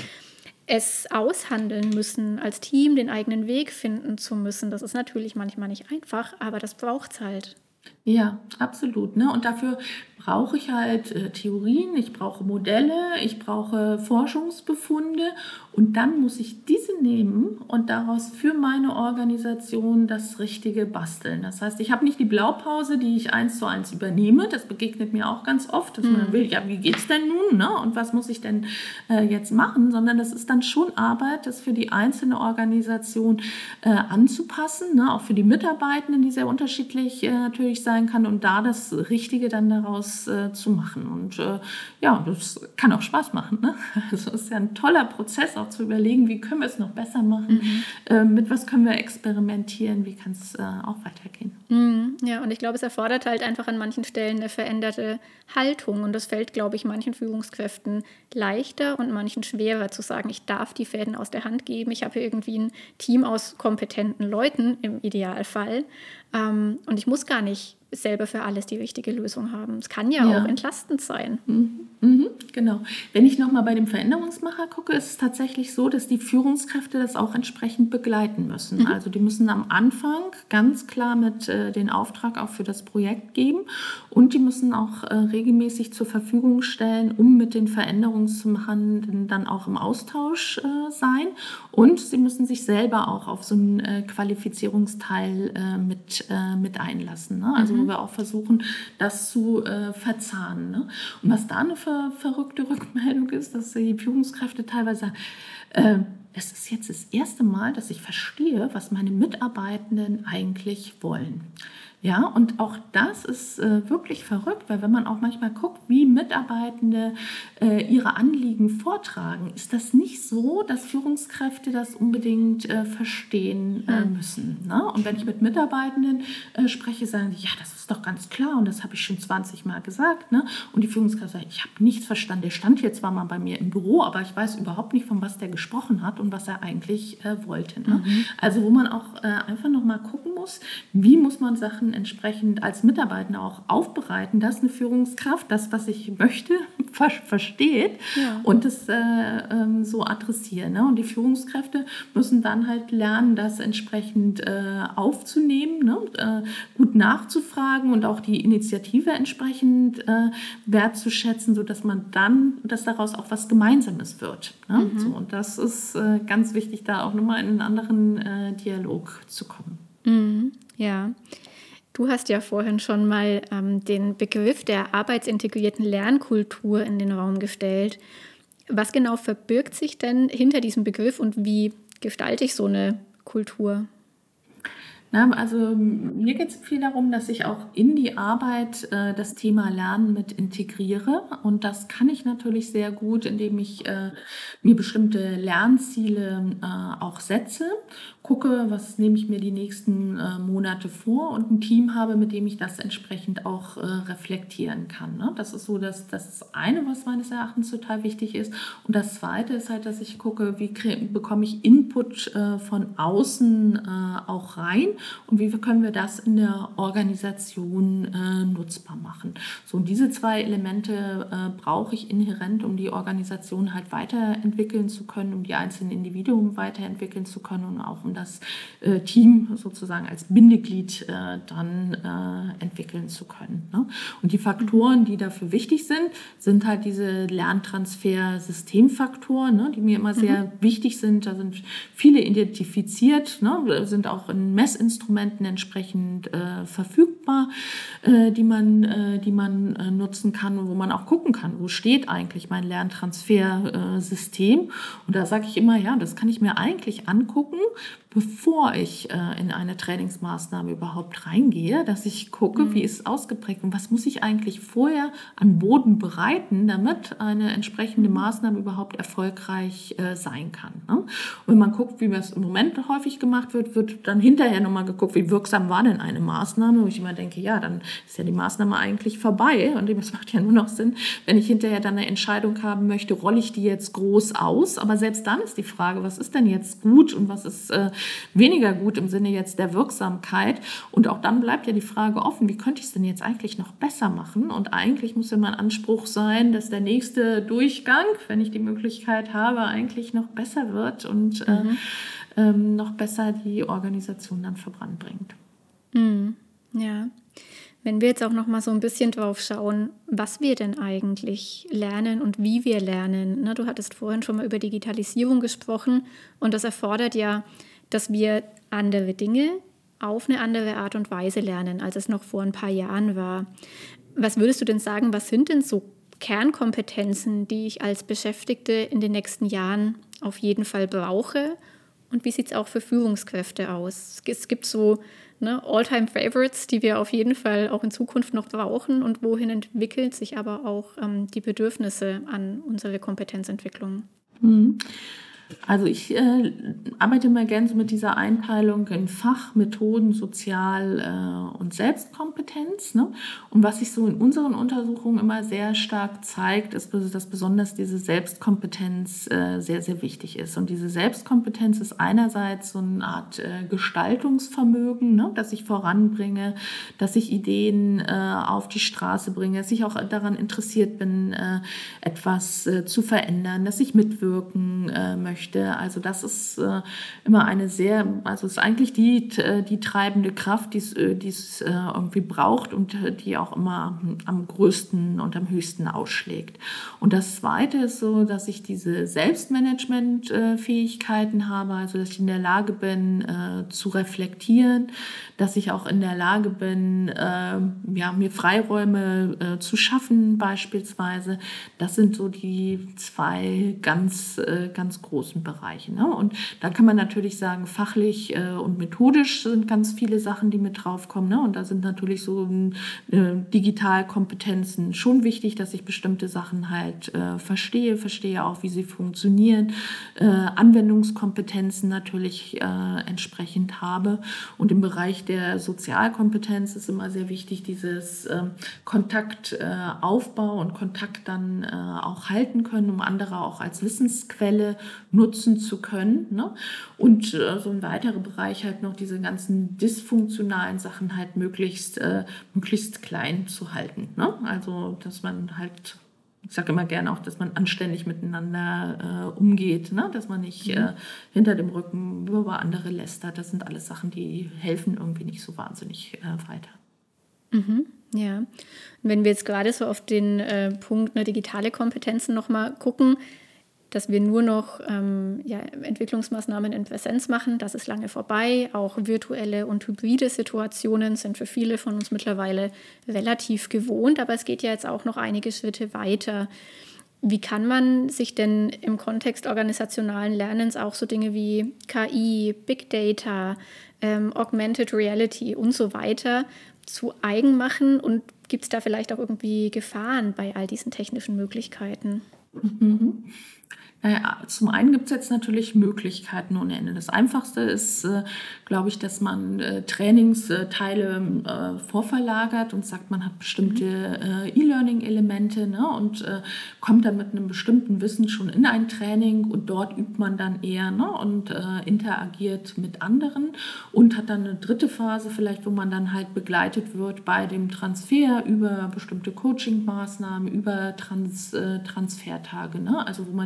es aushandeln müssen, als Team den eigenen Weg finden zu müssen, das ist natürlich manchmal nicht einfach, aber das braucht es halt. Ja, absolut. Ne? Und dafür brauche ich halt äh, Theorien, ich brauche Modelle, ich brauche Forschungsbefunde und dann muss ich diese nehmen und daraus für meine Organisation das Richtige basteln. Das heißt, ich habe nicht die Blaupause, die ich eins zu eins übernehme. Das begegnet mir auch ganz oft, dass man will, ja, wie geht's denn nun, ne? Und was muss ich denn äh, jetzt machen? Sondern das ist dann schon Arbeit, das für die einzelne Organisation äh, anzupassen, ne? Auch für die Mitarbeitenden, die sehr unterschiedlich äh, natürlich sein kann und da das Richtige dann daraus äh, zu machen. Und äh, ja, das kann auch Spaß machen. Ne? Also es ist ja ein toller Prozess, auch zu überlegen, wie können wir es noch besser machen, mhm. äh, mit was können wir experimentieren, wie kann es äh, auch weitergehen. Mhm, ja, und ich glaube, es erfordert halt einfach an manchen Stellen eine veränderte Haltung und das fällt, glaube ich, manchen Führungskräften leichter und manchen schwerer zu sagen, ich darf die Fäden aus der Hand geben, ich habe hier irgendwie ein Team aus kompetenten Leuten im Idealfall ähm, und ich muss gar nicht selber für alles die richtige Lösung haben. Es kann ja, ja. auch entlastend sein. Mhm. Mhm, genau. Wenn ich nochmal bei dem Veränderungsmacher gucke, ist es tatsächlich so, dass die Führungskräfte das auch entsprechend begleiten müssen. Mhm. Also die müssen am Anfang ganz klar mit äh, den Auftrag auch für das Projekt geben und die müssen auch äh, regelmäßig zur Verfügung stellen, um mit den Veränderungsmachern dann auch im Austausch äh, sein und sie müssen sich selber auch auf so einen äh, Qualifizierungsteil äh, mit, äh, mit einlassen. Ne? Also mhm. wo wir auch versuchen, das zu äh, verzahnen. Ne? Und was da eine ver- verrückte Rückmeldung ist, dass die Führungskräfte teilweise sagen, äh, es ist jetzt das erste Mal, dass ich verstehe, was meine Mitarbeitenden eigentlich wollen. Ja, und auch das ist äh, wirklich verrückt, weil wenn man auch manchmal guckt, wie Mitarbeitende äh, ihre Anliegen vortragen, ist das nicht so, dass Führungskräfte das unbedingt äh, verstehen äh, müssen. Ne? Und wenn ich mit Mitarbeitenden äh, spreche, sagen die, ja, das ist doch ganz klar und das habe ich schon zwanzig Mal gesagt. Ne? Und die Führungskraft sagt, ich habe nichts verstanden. Der stand hier zwar mal bei mir im Büro, aber ich weiß überhaupt nicht, von was der gesprochen hat und was er eigentlich äh, wollte. Ne? Mhm. Also wo man auch äh, einfach nochmal gucken muss, wie muss man Sachen entsprechend als Mitarbeiter auch aufbereiten, dass eine Führungskraft das, was ich möchte, versteht ja. und das äh, ähm, so adressieren. Ne? Und die Führungskräfte müssen dann halt lernen, das entsprechend äh, aufzunehmen, ne? äh, gut nachzufragen und auch die Initiative entsprechend äh, wertzuschätzen, sodass man dann, dass daraus auch was Gemeinsames wird. Ne? Mhm. So, und das ist äh, ganz wichtig, da auch nochmal in einen anderen äh, Dialog zu kommen. Mhm. Ja. Du hast ja vorhin schon mal ähm, den Begriff der arbeitsintegrierten Lernkultur in den Raum gestellt. Was genau verbirgt sich denn hinter diesem Begriff und wie gestalte ich so eine Kultur? Na, also mir geht es viel darum, dass ich auch in die Arbeit äh, das Thema Lernen mit integriere und das kann ich natürlich sehr gut, indem ich äh, mir bestimmte Lernziele äh, auch setze, gucke, was nehme ich mir die nächsten äh, Monate vor und ein Team habe, mit dem ich das entsprechend auch äh, reflektieren kann. Ne? Das ist so das, das eine, was meines Erachtens total wichtig ist und das zweite ist halt, dass ich gucke, wie krie- bekomme ich Input äh, von außen äh, auch rein und wie können wir das in der Organisation äh, nutzbar machen. So, und diese zwei Elemente äh, brauche ich inhärent, um die Organisation halt weiterentwickeln zu können, um die einzelnen Individuen weiterentwickeln zu können und auch um das äh, Team sozusagen als Bindeglied äh, dann äh, entwickeln zu können. Ne? Und die Faktoren, die dafür wichtig sind, sind halt diese Lerntransfer-Systemfaktoren, ne, die mir immer sehr mhm. wichtig sind. Da sind viele identifiziert, ne, sind auch in Messinstrumenten entsprechend äh, verfügbar, äh, die man, äh, die man äh, nutzen kann, wo man auch gucken kann, wo steht eigentlich mein Lerntransfer-System. Und da sage ich immer, ja, das kann ich mir eigentlich angucken, bevor ich äh, in eine Trainingsmaßnahme überhaupt reingehe, dass ich gucke, mhm. wie ist es ausgeprägt und was muss ich eigentlich vorher an Boden bereiten, damit eine entsprechende Maßnahme überhaupt erfolgreich äh, sein kann. Ne? Und wenn man guckt, wie das im Moment häufig gemacht wird, wird dann hinterher nochmal geguckt, wie wirksam war denn eine Maßnahme, wo ich immer denke, ja, dann ist ja die Maßnahme eigentlich vorbei und es macht ja nur noch Sinn, wenn ich hinterher dann eine Entscheidung haben möchte, rolle ich die jetzt groß aus, aber selbst dann ist die Frage, was ist denn jetzt gut und was ist äh, weniger gut im Sinne jetzt der Wirksamkeit. Und auch dann bleibt ja die Frage offen, wie könnte ich es denn jetzt eigentlich noch besser machen? Und eigentlich muss ja mein Anspruch sein, dass der nächste Durchgang, wenn ich die Möglichkeit habe, eigentlich noch besser wird und mhm. äh, ähm, noch besser die Organisation dann voranbringt. Mhm. Ja. Wenn wir jetzt auch noch mal so ein bisschen drauf schauen, was wir denn eigentlich lernen und wie wir lernen. Ne, du hattest vorhin schon mal über Digitalisierung gesprochen und das erfordert ja, dass wir andere Dinge auf eine andere Art und Weise lernen, als es noch vor ein paar Jahren war. Was würdest du denn sagen, was sind denn so Kernkompetenzen, die ich als Beschäftigte in den nächsten Jahren auf jeden Fall brauche? Und wie sieht es auch für Führungskräfte aus? Es gibt so ne, All-Time-Favorites, die wir auf jeden Fall auch in Zukunft noch brauchen. Und wohin entwickelt sich aber auch ähm, die Bedürfnisse an unsere Kompetenzentwicklung? Mhm. Also ich äh, arbeite immer gerne so mit dieser Einteilung in Fach, Methoden, Sozial- äh, und Selbstkompetenz. Ne? Und was sich so in unseren Untersuchungen immer sehr stark zeigt, ist, dass besonders diese Selbstkompetenz äh, sehr, sehr wichtig ist. Und diese Selbstkompetenz ist einerseits so eine Art äh, Gestaltungsvermögen, ne? Dass ich voranbringe, dass ich Ideen äh, auf die Straße bringe, dass ich auch daran interessiert bin, äh, etwas äh, zu verändern, dass ich mitwirken äh, möchte. Also das ist äh, immer eine sehr, also es ist eigentlich die, die treibende Kraft, die es, die es äh, irgendwie braucht und die auch immer am größten und am höchsten ausschlägt. Und das Zweite ist so, dass ich diese Selbstmanagement-Fähigkeiten habe, also dass ich in der Lage bin, äh, zu reflektieren, dass ich auch in der Lage bin, äh, ja, mir Freiräume äh, zu schaffen beispielsweise. Das sind so die zwei ganz, äh, ganz großen Bereiche. Ne? Und da kann man natürlich sagen, fachlich äh, und methodisch sind ganz viele Sachen, die mit draufkommen. Ne? Und da sind natürlich so äh, Digitalkompetenzen schon wichtig, dass ich bestimmte Sachen halt äh, verstehe, verstehe auch, wie sie funktionieren, äh, Anwendungskompetenzen natürlich äh, entsprechend habe. Und im Bereich der Sozialkompetenz ist immer sehr wichtig, dieses äh, Kontaktaufbau äh, und Kontakt dann äh, auch halten können, um andere auch als Wissensquelle nutzen zu können. Ne? Und äh, so ein weiterer Bereich halt noch diese ganzen dysfunktionalen Sachen halt möglichst, äh, möglichst klein zu halten. Ne? Also, dass man halt, ich sage immer gerne auch, dass man anständig miteinander äh, umgeht, ne? Dass man nicht äh, hinter dem Rücken über andere lästert. Das sind alles Sachen, die helfen irgendwie nicht so wahnsinnig äh, weiter. Mhm, ja. Und wenn wir jetzt gerade so auf den äh, Punkt ne, digitale Kompetenzen nochmal gucken, dass wir nur noch ähm, ja, Entwicklungsmaßnahmen in Präsenz machen, das ist lange vorbei. Auch virtuelle und hybride Situationen sind für viele von uns mittlerweile relativ gewohnt, aber es geht ja jetzt auch noch einige Schritte weiter. Wie kann man sich denn im Kontext organisationalen Lernens auch so Dinge wie K I, Big Data, ähm, Augmented Reality und so weiter zu eigen machen? Und gibt es da vielleicht auch irgendwie Gefahren bei all diesen technischen Möglichkeiten? Mhm. Naja, zum einen gibt es jetzt natürlich Möglichkeiten ohne Ende. Das Einfachste ist, äh, glaube ich, dass man äh, Trainingsteile äh, vorverlagert und sagt, man hat bestimmte äh, E-Learning-Elemente, ne, und äh, kommt dann mit einem bestimmten Wissen schon in ein Training und dort übt man dann eher, ne, und äh, interagiert mit anderen und hat dann eine dritte Phase vielleicht, wo man dann halt begleitet wird bei dem Transfer über bestimmte Coaching-Maßnahmen, über Trans, äh, Transfertage, ne, also wo man die digitale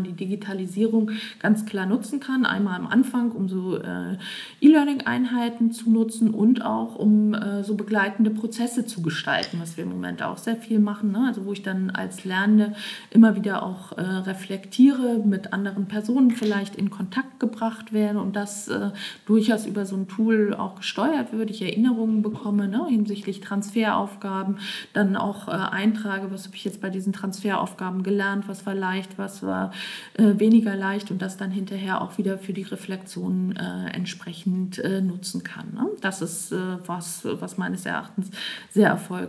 Digitalisierung ganz klar nutzen kann. Einmal am Anfang, um so äh, E-Learning-Einheiten zu nutzen und auch um äh, so begleitende Prozesse zu gestalten, was wir im Moment auch sehr viel machen. Ne? Also wo ich dann als Lernende immer wieder auch äh, reflektiere, mit anderen Personen vielleicht in Kontakt gebracht werde und das äh, durchaus über so ein Tool auch gesteuert wird. Ich Erinnerungen bekomme, ne, hinsichtlich Transferaufgaben, dann auch äh, eintrage, was habe ich jetzt bei diesen Transferaufgaben gelernt, was war leicht, was war äh, weniger leicht und das dann hinterher auch wieder für die Reflexion äh, entsprechend äh, nutzen kann. Ne? Das ist äh, was, was meines Erachtens sehr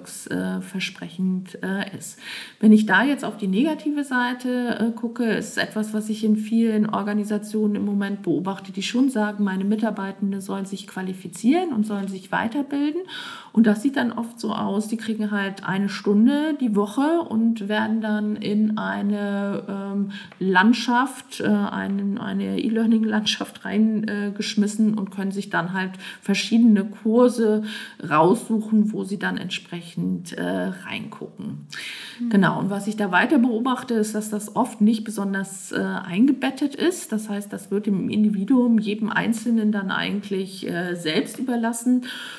erfolgsversprechend äh, ist. Wenn ich da jetzt auf die negative Seite äh, gucke, ist etwas, was ich in vielen Organisationen im Moment beobachte, die schon sagen, meine Mitarbeitenden sollen sich qualifizieren und sollen sich weiterbilden. Und das sieht dann oft so aus, die kriegen halt eine Stunde die Woche und werden dann in eine ähm, Landschaft, äh, eine, eine E-Learning-Landschaft reingeschmissen äh, und können sich dann halt verschiedene Kurse raussuchen, wo sie dann entsprechend äh, reingucken. Mhm. Genau, und was ich da weiter beobachte, ist, dass das oft nicht besonders äh, eingebettet ist. Das heißt, das wird dem Individuum, jedem Einzelnen dann eigentlich äh, selbst überlassen.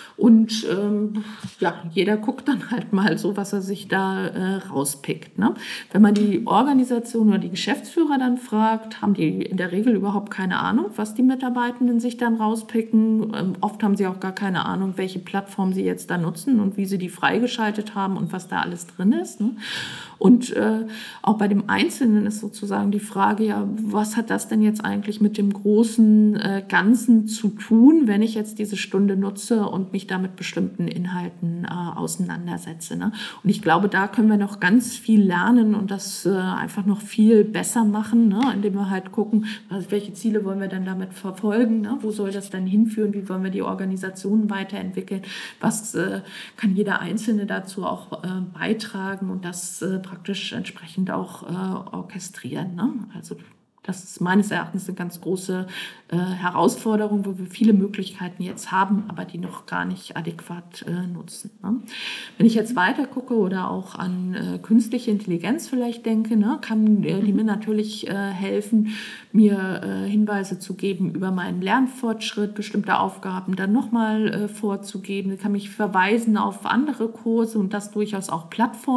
Und ähm, ja, jeder guckt dann halt mal so, was er sich da äh, rauspickt. Ne? Wenn man die Organisation oder die Geschäftsführer dann fragt, haben die in der Regel überhaupt keine Ahnung, was die Mitarbeitenden sich dann rauspicken. Ähm, oft haben sie auch gar keine Ahnung, welche Plattform sie jetzt da nutzen und wie sie die freigeschaltet haben und was da alles drin ist. Ne? Und äh, auch bei dem Einzelnen ist sozusagen die Frage, ja, was hat das denn jetzt eigentlich mit dem großen äh, Ganzen zu tun, wenn ich jetzt diese Stunde nutze und mich da mit bestimmten Inhalten äh, auseinandersetze. Ne? Und ich glaube, da können wir noch ganz viel lernen und das äh, einfach noch viel besser machen, ne? Indem wir halt gucken, also welche Ziele wollen wir denn damit verfolgen, ne? Wo soll das denn hinführen, wie wollen wir die Organisationen weiterentwickeln, was äh, kann jeder Einzelne dazu auch äh, beitragen und das äh, praktisch entsprechend auch äh, orchestrieren. Ne? Also das ist meines Erachtens eine ganz große äh, Herausforderung, wo wir viele Möglichkeiten jetzt haben, aber die noch gar nicht adäquat äh, nutzen. Ne? Wenn ich jetzt weiter gucke oder auch an äh, künstliche Intelligenz vielleicht denke, ne, kann äh, die mir natürlich äh, helfen, mir äh, Hinweise zu geben über meinen Lernfortschritt, bestimmte Aufgaben dann nochmal äh, vorzugeben. Sie kann mich verweisen auf andere Kurse und das durchaus auch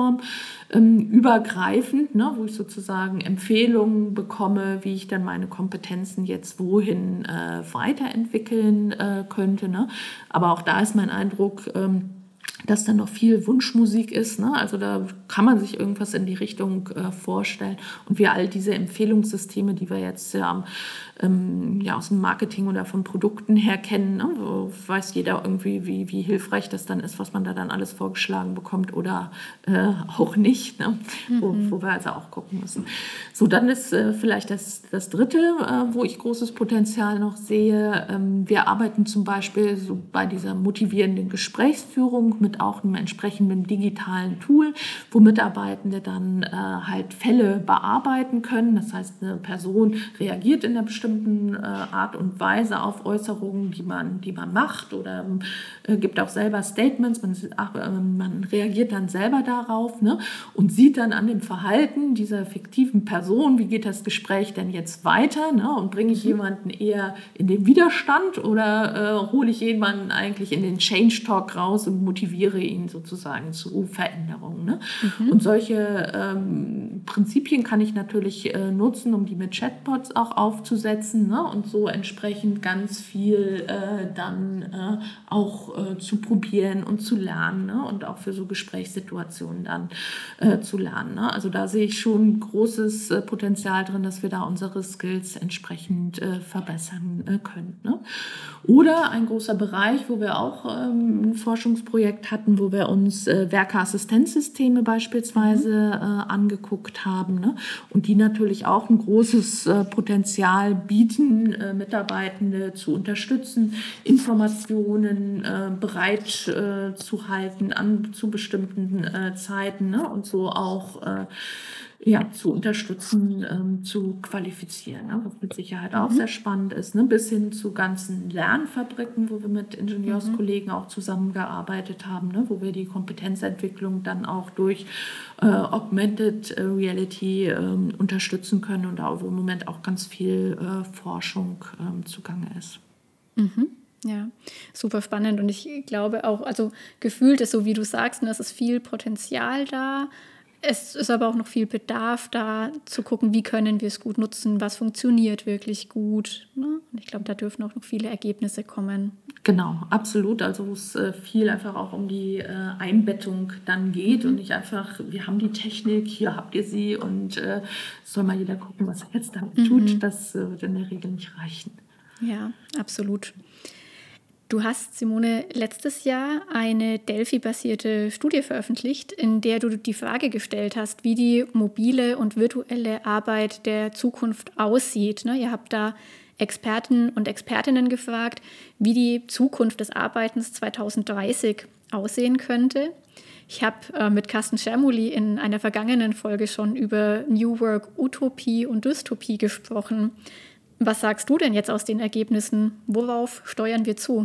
plattformübergreifend, ne, wo ich sozusagen Empfehlungen bekomme, wie ich dann meine Kompetenzen jetzt wohin äh, weiterentwickeln äh, könnte. Ne? Aber auch da ist mein Eindruck, ähm, dass da noch viel Wunschmusik ist. Ne? Also da kann man sich irgendwas in die Richtung äh, vorstellen. Und wir all diese Empfehlungssysteme, die wir jetzt ja, ähm, ja aus dem Marketing oder von Produkten her kennen, ne? Wo weiß jeder irgendwie, wie, wie hilfreich das dann ist, was man da dann alles vorgeschlagen bekommt oder äh, auch nicht, ne? Mhm. wo, wo wir also auch gucken müssen. So, dann ist äh, vielleicht das, das Dritte, äh, wo ich großes Potenzial noch sehe. Ähm, wir arbeiten zum Beispiel so bei dieser motivierenden Gesprächsführung mit auch einem entsprechenden digitalen Tool, wo Mitarbeitende dann äh, halt Fälle bearbeiten können. Das heißt, eine Person reagiert in einer bestimmten äh, Art und Weise auf Äußerungen, die man, die man macht oder äh, gibt auch selber Statements. Man, ach, äh, man reagiert dann selber darauf, ne, und sieht dann an dem Verhalten dieser fiktiven Person, wie geht das Gespräch denn jetzt weiter, ne, und bringe ich jemanden eher in den Widerstand oder äh, hole ich jemanden eigentlich in den Change Talk raus und motiviere ihn sozusagen zu Veränderungen. Ne? Mhm. Und solche ähm, Prinzipien kann ich natürlich äh, nutzen, um die mit Chatbots auch aufzusetzen, ne? Und so entsprechend ganz viel äh, dann äh, auch äh, zu probieren und zu lernen, ne? Und auch für so Gesprächssituationen dann äh, zu lernen. Ne? Also da sehe ich schon großes äh, Potenzial drin, dass wir da unsere Skills entsprechend äh, verbessern äh, können. Ne? Oder ein großer Bereich, wo wir auch ähm, ein Forschungsprojekt hatten, wo wir uns äh, Werkeassistenzsysteme beispielsweise äh, angeguckt haben, ne? Und die natürlich auch ein großes äh, Potenzial bieten, äh, Mitarbeitende zu unterstützen, Informationen äh, bereit äh, zu halten an, zu bestimmten äh, Zeiten, ne? Und so auch äh, ja, zu unterstützen, ähm, zu qualifizieren, ne? Was mit Sicherheit auch Mhm. sehr spannend ist, ne? Bis hin zu ganzen Lernfabriken, wo wir mit Mhm. Ingenieurskollegen auch zusammengearbeitet haben, ne? Wo wir die Kompetenzentwicklung dann auch durch äh, Augmented äh, Reality ähm, unterstützen können und da wo im Moment auch ganz viel äh, Forschung ähm, zugange ist. Mhm. Ja, super spannend. Und ich glaube auch, also gefühlt ist so, wie du sagst, ne, es ist viel Potenzial da. Es ist aber auch noch viel Bedarf da, zu gucken, wie können wir es gut nutzen, was funktioniert wirklich gut. Ne? Und ich glaube, da dürfen auch noch viele Ergebnisse kommen. Genau, absolut. Also wo es äh, viel einfach auch um die äh, Einbettung dann geht und Mhm. nicht einfach, wir haben die Technik, hier habt ihr sie und äh, soll mal jeder gucken, was er jetzt damit tut. Mhm. Das äh, wird in der Regel nicht reichen. Ja, absolut. Du hast, Simone, letztes Jahr eine Delphi-basierte Studie veröffentlicht, in der du die Frage gestellt hast, wie die mobile und virtuelle Arbeit der Zukunft aussieht. Ne? Ihr habt da Experten und Expertinnen gefragt, wie die Zukunft des Arbeitens zwanzig dreißig aussehen könnte. Ich habe äh, mit Carsten Schermuli in einer vergangenen Folge schon über New Work Utopie und Dystopie gesprochen. Was sagst du denn jetzt aus den Ergebnissen? Worauf steuern wir zu?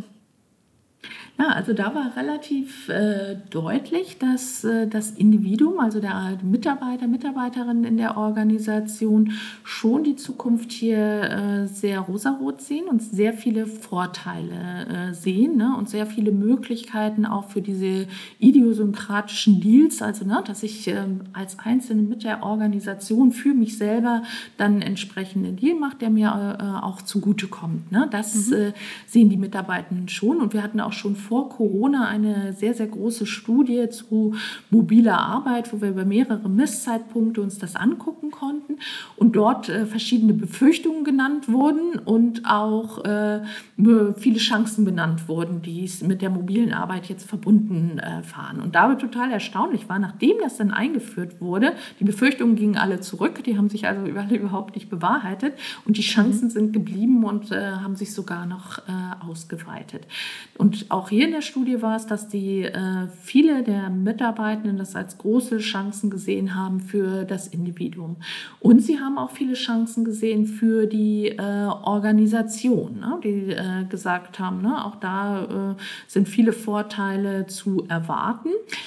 Ja, also da war relativ äh, deutlich, dass äh, das Individuum, also der Mitarbeiter, Mitarbeiterin in der Organisation schon die Zukunft hier äh, sehr rosarot sehen und sehr viele Vorteile äh, sehen, ne? Und sehr viele Möglichkeiten auch für diese idiosynkratischen Deals, also ne, dass ich äh, als Einzelne mit der Organisation für mich selber dann einen entsprechenden Deal mache, der mir äh, auch zugutekommt. Ne? Das Mhm. äh, sehen die Mitarbeitenden schon und wir hatten auch schon vor Corona eine sehr, sehr große Studie zu mobiler Arbeit, wo wir über mehrere Messzeitpunkte uns das angucken konnten und dort äh, verschiedene Befürchtungen genannt wurden und auch äh, viele Chancen benannt wurden, die es mit der mobilen Arbeit jetzt verbunden äh, waren. Und dabei total erstaunlich war, nachdem das dann eingeführt wurde, die Befürchtungen gingen alle zurück, die haben sich also alle überhaupt nicht bewahrheitet und die Chancen Mhm. sind geblieben und äh, haben sich sogar noch äh, ausgeweitet. Und auch hier in der Studie war es, dass die äh, viele der Mitarbeitenden das als große Chancen gesehen haben für das Individuum. Und sie haben auch viele Chancen gesehen für die äh, Organisation, ne? Die äh, gesagt haben, ne? Auch da äh, sind viele Vorteile zu erwarten.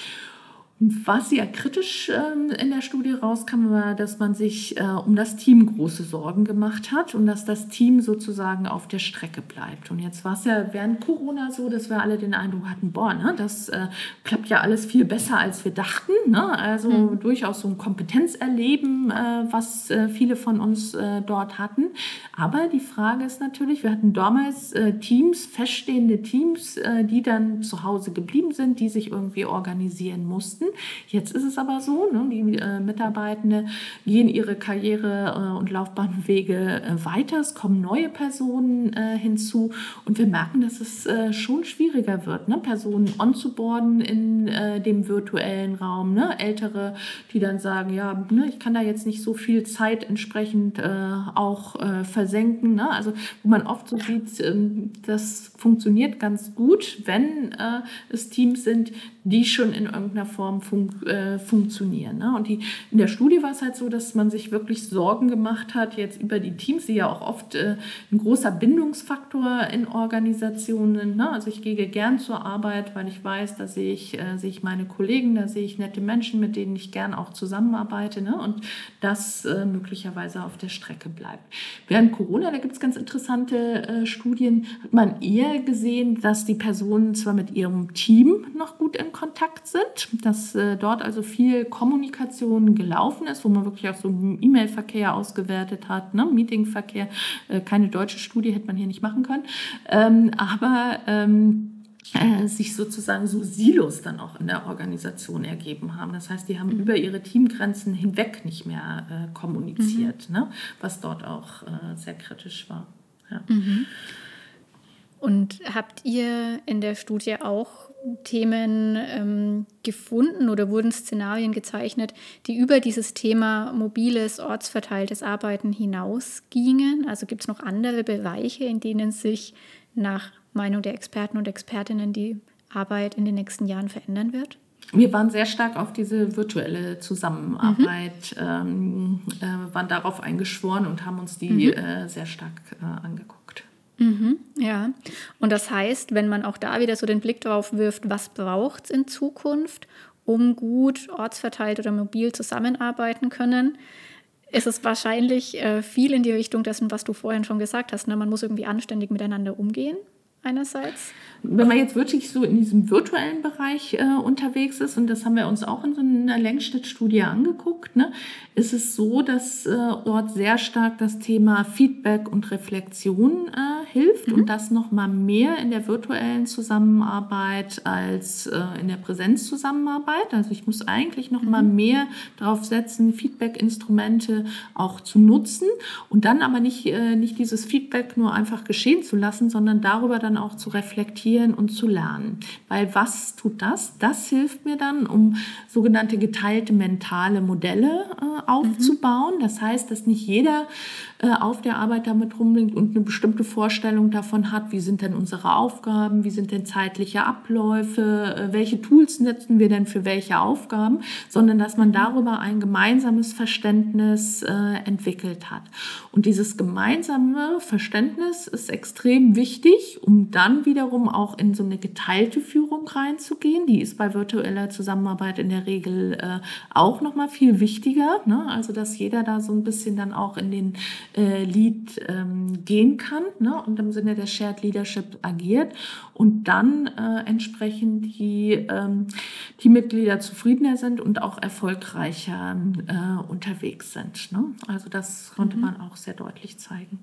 Was sehr kritisch ähm, in der Studie rauskam, war, dass man sich äh, um das Team große Sorgen gemacht hat und dass das Team sozusagen auf der Strecke bleibt. Und jetzt war es ja während Corona so, dass wir alle den Eindruck hatten, boah, ne, das äh, klappt ja alles viel besser, als wir dachten. Ne? Also Mhm. durchaus so ein Kompetenzerleben, äh, was äh, viele von uns äh, dort hatten. Aber die Frage ist natürlich, wir hatten damals äh, Teams, feststehende Teams, äh, die dann zu Hause geblieben sind, die sich irgendwie organisieren mussten. Jetzt ist es aber so, ne, die äh, Mitarbeitenden gehen ihre Karriere äh, und Laufbahnwege äh, weiter, es kommen neue Personen äh, hinzu und wir merken, dass es äh, schon schwieriger wird, ne, Personen onzuboarden in äh, dem virtuellen Raum, ne, Ältere, die dann sagen, ja, ne, ich kann da jetzt nicht so viel Zeit entsprechend äh, auch äh, versenken, ne, also wo man oft so sieht, äh, das funktioniert ganz gut, wenn äh, es Teams sind, die schon in irgendeiner Form fun- äh, funktionieren. Ne? Und die, in der Studie war es halt so, dass man sich wirklich Sorgen gemacht hat, jetzt über die Teams, die ja auch oft äh, ein großer Bindungsfaktor in Organisationen. Ne? Also ich gehe gern zur Arbeit, weil ich weiß, da sehe ich, äh, sehe ich meine Kollegen, da sehe ich nette Menschen, mit denen ich gern auch zusammenarbeite. Ne? Und das äh, möglicherweise auf der Strecke bleibt. Während Corona, da gibt es ganz interessante äh, Studien, hat man eher gesehen, dass die Personen zwar mit ihrem Team noch gut in Kontakt sind, dass äh, dort also viel Kommunikation gelaufen ist, wo man wirklich auch so einen E-Mail-Verkehr ausgewertet hat, ne? Meeting-Verkehr, äh, keine deutsche Studie hätte man hier nicht machen können, ähm, aber ähm, äh, sich sozusagen so Silos dann auch in der Organisation ergeben haben. Das heißt, die haben Mhm. über ihre Teamgrenzen hinweg nicht mehr äh, kommuniziert, Mhm. ne? Was dort auch äh, sehr kritisch war. Ja. Mhm. Und habt ihr in der Studie auch Themen ähm, gefunden oder wurden Szenarien gezeichnet, die über dieses Thema mobiles, ortsverteiltes Arbeiten hinausgingen? Also gibt es noch andere Bereiche, in denen sich nach Meinung der Experten und Expertinnen die Arbeit in den nächsten Jahren verändern wird? Wir waren sehr stark auf diese virtuelle Zusammenarbeit, mhm. ähm, äh, waren darauf eingeschworen und haben uns die mhm. äh, sehr stark äh, angeguckt. Mhm, ja, und das heißt, wenn man auch da wieder so den Blick drauf wirft, was braucht es in Zukunft, um gut ortsverteilt oder mobil zusammenarbeiten können, ist es wahrscheinlich äh, viel in die Richtung dessen, was du vorhin schon gesagt hast. Ne? Man muss irgendwie anständig miteinander umgehen, einerseits. Wenn man jetzt wirklich so in diesem virtuellen Bereich äh, unterwegs ist, und das haben wir uns auch in so einer Längsstedt-Studie angeguckt, ne, ist es so, dass äh, dort sehr stark das Thema Feedback und Reflexion äh, hilft mhm. und das nochmal mehr in der virtuellen Zusammenarbeit als äh, in der Präsenzzusammenarbeit. Also ich muss eigentlich nochmal mhm. mehr darauf setzen, Feedback-Instrumente auch zu nutzen und dann aber nicht, äh, nicht dieses Feedback nur einfach geschehen zu lassen, sondern darüber dann auch zu reflektieren und zu lernen. Weil was tut das? Das hilft mir dann, um sogenannte geteilte mentale Modelle äh, aufzubauen. Mhm. Das heißt, dass nicht jeder äh, auf der Arbeit damit rumliegt und eine bestimmte Vorstellung davon hat, wie sind denn unsere Aufgaben, wie sind denn zeitliche Abläufe, äh, welche Tools nutzen wir denn für welche Aufgaben, sondern dass man darüber ein gemeinsames Verständnis äh, entwickelt hat. Und dieses gemeinsame Verständnis ist extrem wichtig, um dann wiederum auch in so eine geteilte Führung reinzugehen. Die ist bei virtueller Zusammenarbeit in der Regel äh, auch nochmal viel wichtiger, ne? Also dass jeder da so ein bisschen dann auch in den äh, Lead ähm, gehen kann, ne? Und im Sinne der Shared Leadership agiert und dann äh, entsprechend die ähm, Teammitglieder zufriedener sind und auch erfolgreicher äh, unterwegs sind, ne? Also das konnte mhm. man auch sehr deutlich zeigen.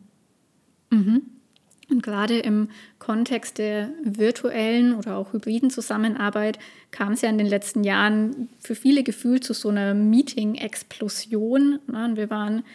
Mhm. Und gerade im Kontext der virtuellen oder auch hybriden Zusammenarbeit kam es ja in den letzten Jahren für viele gefühlt zu so einer Meeting-Explosion. Wir waren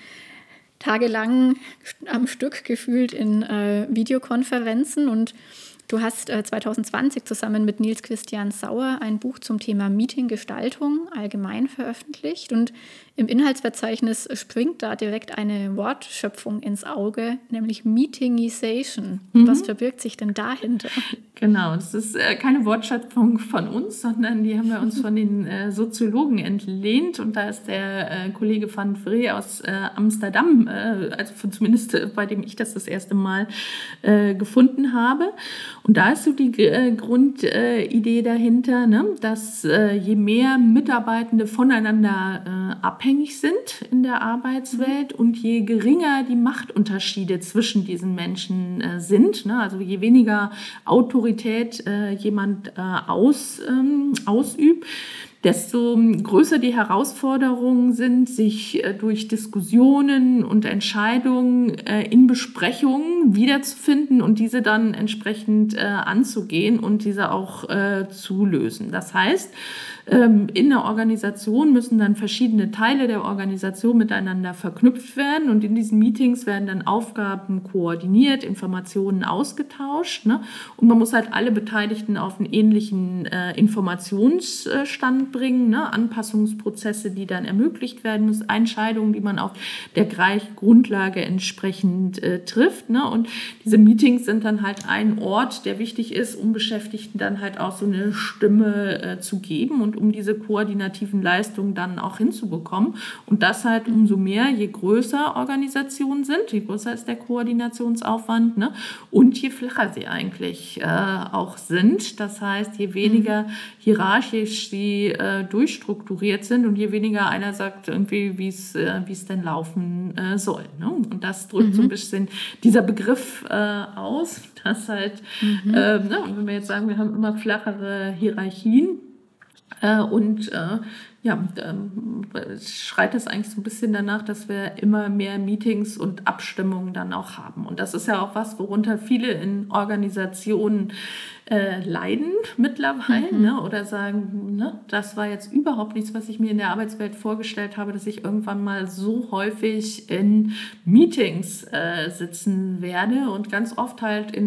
tagelang am Stück gefühlt in äh, Videokonferenzen und du hast äh, zwanzig zwanzig zusammen mit Nils Christian Sauer ein Buch zum Thema Meetinggestaltung allgemein veröffentlicht und im Inhaltsverzeichnis springt da direkt eine Wortschöpfung ins Auge, nämlich Meetingization. Mhm. Was verbirgt sich denn dahinter? Genau, das ist äh, keine Wortschöpfung von uns, sondern die haben wir uns von den äh, Soziologen entlehnt und da ist der äh, Kollege Van Vree aus äh, Amsterdam, äh, also von, zumindest äh, bei dem ich das das erste Mal äh, gefunden habe. Und da ist so die äh, Grundidee äh, dahinter, ne, dass äh, je mehr Mitarbeitende voneinander äh, abhängig sind in der Arbeitswelt mhm. und je geringer die Machtunterschiede zwischen diesen Menschen äh, sind, ne, also je weniger Autorität äh, jemand äh, aus, ähm, ausübt, desto größer die Herausforderungen sind, sich äh, durch Diskussionen und Entscheidungen äh, in Besprechungen wiederzufinden und diese dann entsprechend äh, anzugehen und diese auch äh, zu lösen. Das heißt, ähm, in der Organisation müssen dann verschiedene Teile der Organisation miteinander verknüpft werden und in diesen Meetings werden dann Aufgaben koordiniert, Informationen ausgetauscht, ne? Und man muss halt alle Beteiligten auf einen ähnlichen äh, Informationsstand bringen, ne? Anpassungsprozesse, die dann ermöglicht werden müssen, Entscheidungen, die man auf der gleichen Grundlage entsprechend äh, trifft, ne? Und diese Meetings sind dann halt ein Ort, der wichtig ist, um Beschäftigten dann halt auch so eine Stimme äh, zu geben und um diese koordinativen Leistungen dann auch hinzubekommen. Und das halt umso mehr, je größer Organisationen sind, je größer ist der Koordinationsaufwand, ne? Und je flacher sie eigentlich äh, auch sind. Das heißt, je weniger hierarchisch sie äh, durchstrukturiert sind und je weniger einer sagt irgendwie, wie es äh, wie es denn laufen äh, soll. Ne? Und das drückt mhm. so ein bisschen dieser Begriff äh, aus, dass halt, mhm. äh, ne, und wenn wir jetzt sagen, wir haben immer flachere Hierarchien, Äh, und äh, ja, ähm, schreit das eigentlich so ein bisschen danach, dass wir immer mehr Meetings und Abstimmungen dann auch haben. Und das ist ja auch was, worunter viele in Organisationen äh, leiden mittlerweile, mhm. ne? Oder sagen, ne, das war jetzt überhaupt nichts, was ich mir in der Arbeitswelt vorgestellt habe, dass ich irgendwann mal so häufig in Meetings äh, sitzen werde und ganz oft halt in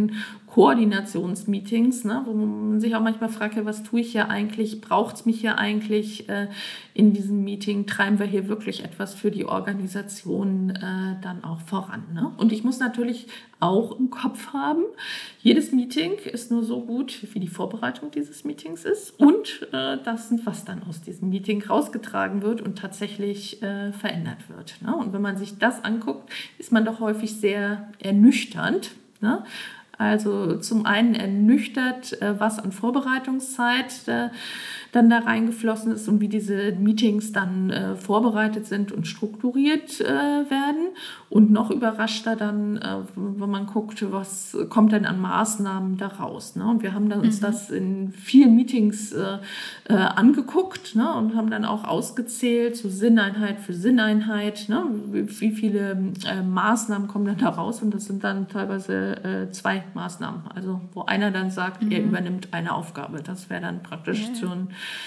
Koordinationsmeetings, ne, wo man sich auch manchmal fragt, was tue ich hier eigentlich, braucht es mich hier eigentlich äh, in diesem Meeting, treiben wir hier wirklich etwas für die Organisation äh, dann auch voran. Ne? Und ich muss natürlich auch im Kopf haben, jedes Meeting ist nur so gut, wie die Vorbereitung dieses Meetings ist und äh, das, was dann aus diesem Meeting rausgetragen wird und tatsächlich äh, verändert wird. Ne? Und wenn man sich das anguckt, ist man doch häufig sehr ernüchternd, ne? Also zum einen ernüchtert, was an Vorbereitungszeit dann da reingeflossen ist und wie diese Meetings dann vorbereitet sind und strukturiert werden. Und noch überraschter dann, wenn man guckt, was kommt denn an Maßnahmen daraus. Und wir haben dann uns mhm. das in vielen Meetings angeguckt, und haben dann auch ausgezählt, so Sinneinheit für Sinneinheit, wie viele Maßnahmen kommen dann da raus. Und das sind dann teilweise zwei Maßnahmen. Also wo einer dann sagt, mhm. er übernimmt eine Aufgabe. Das wäre dann praktisch ja. so ein,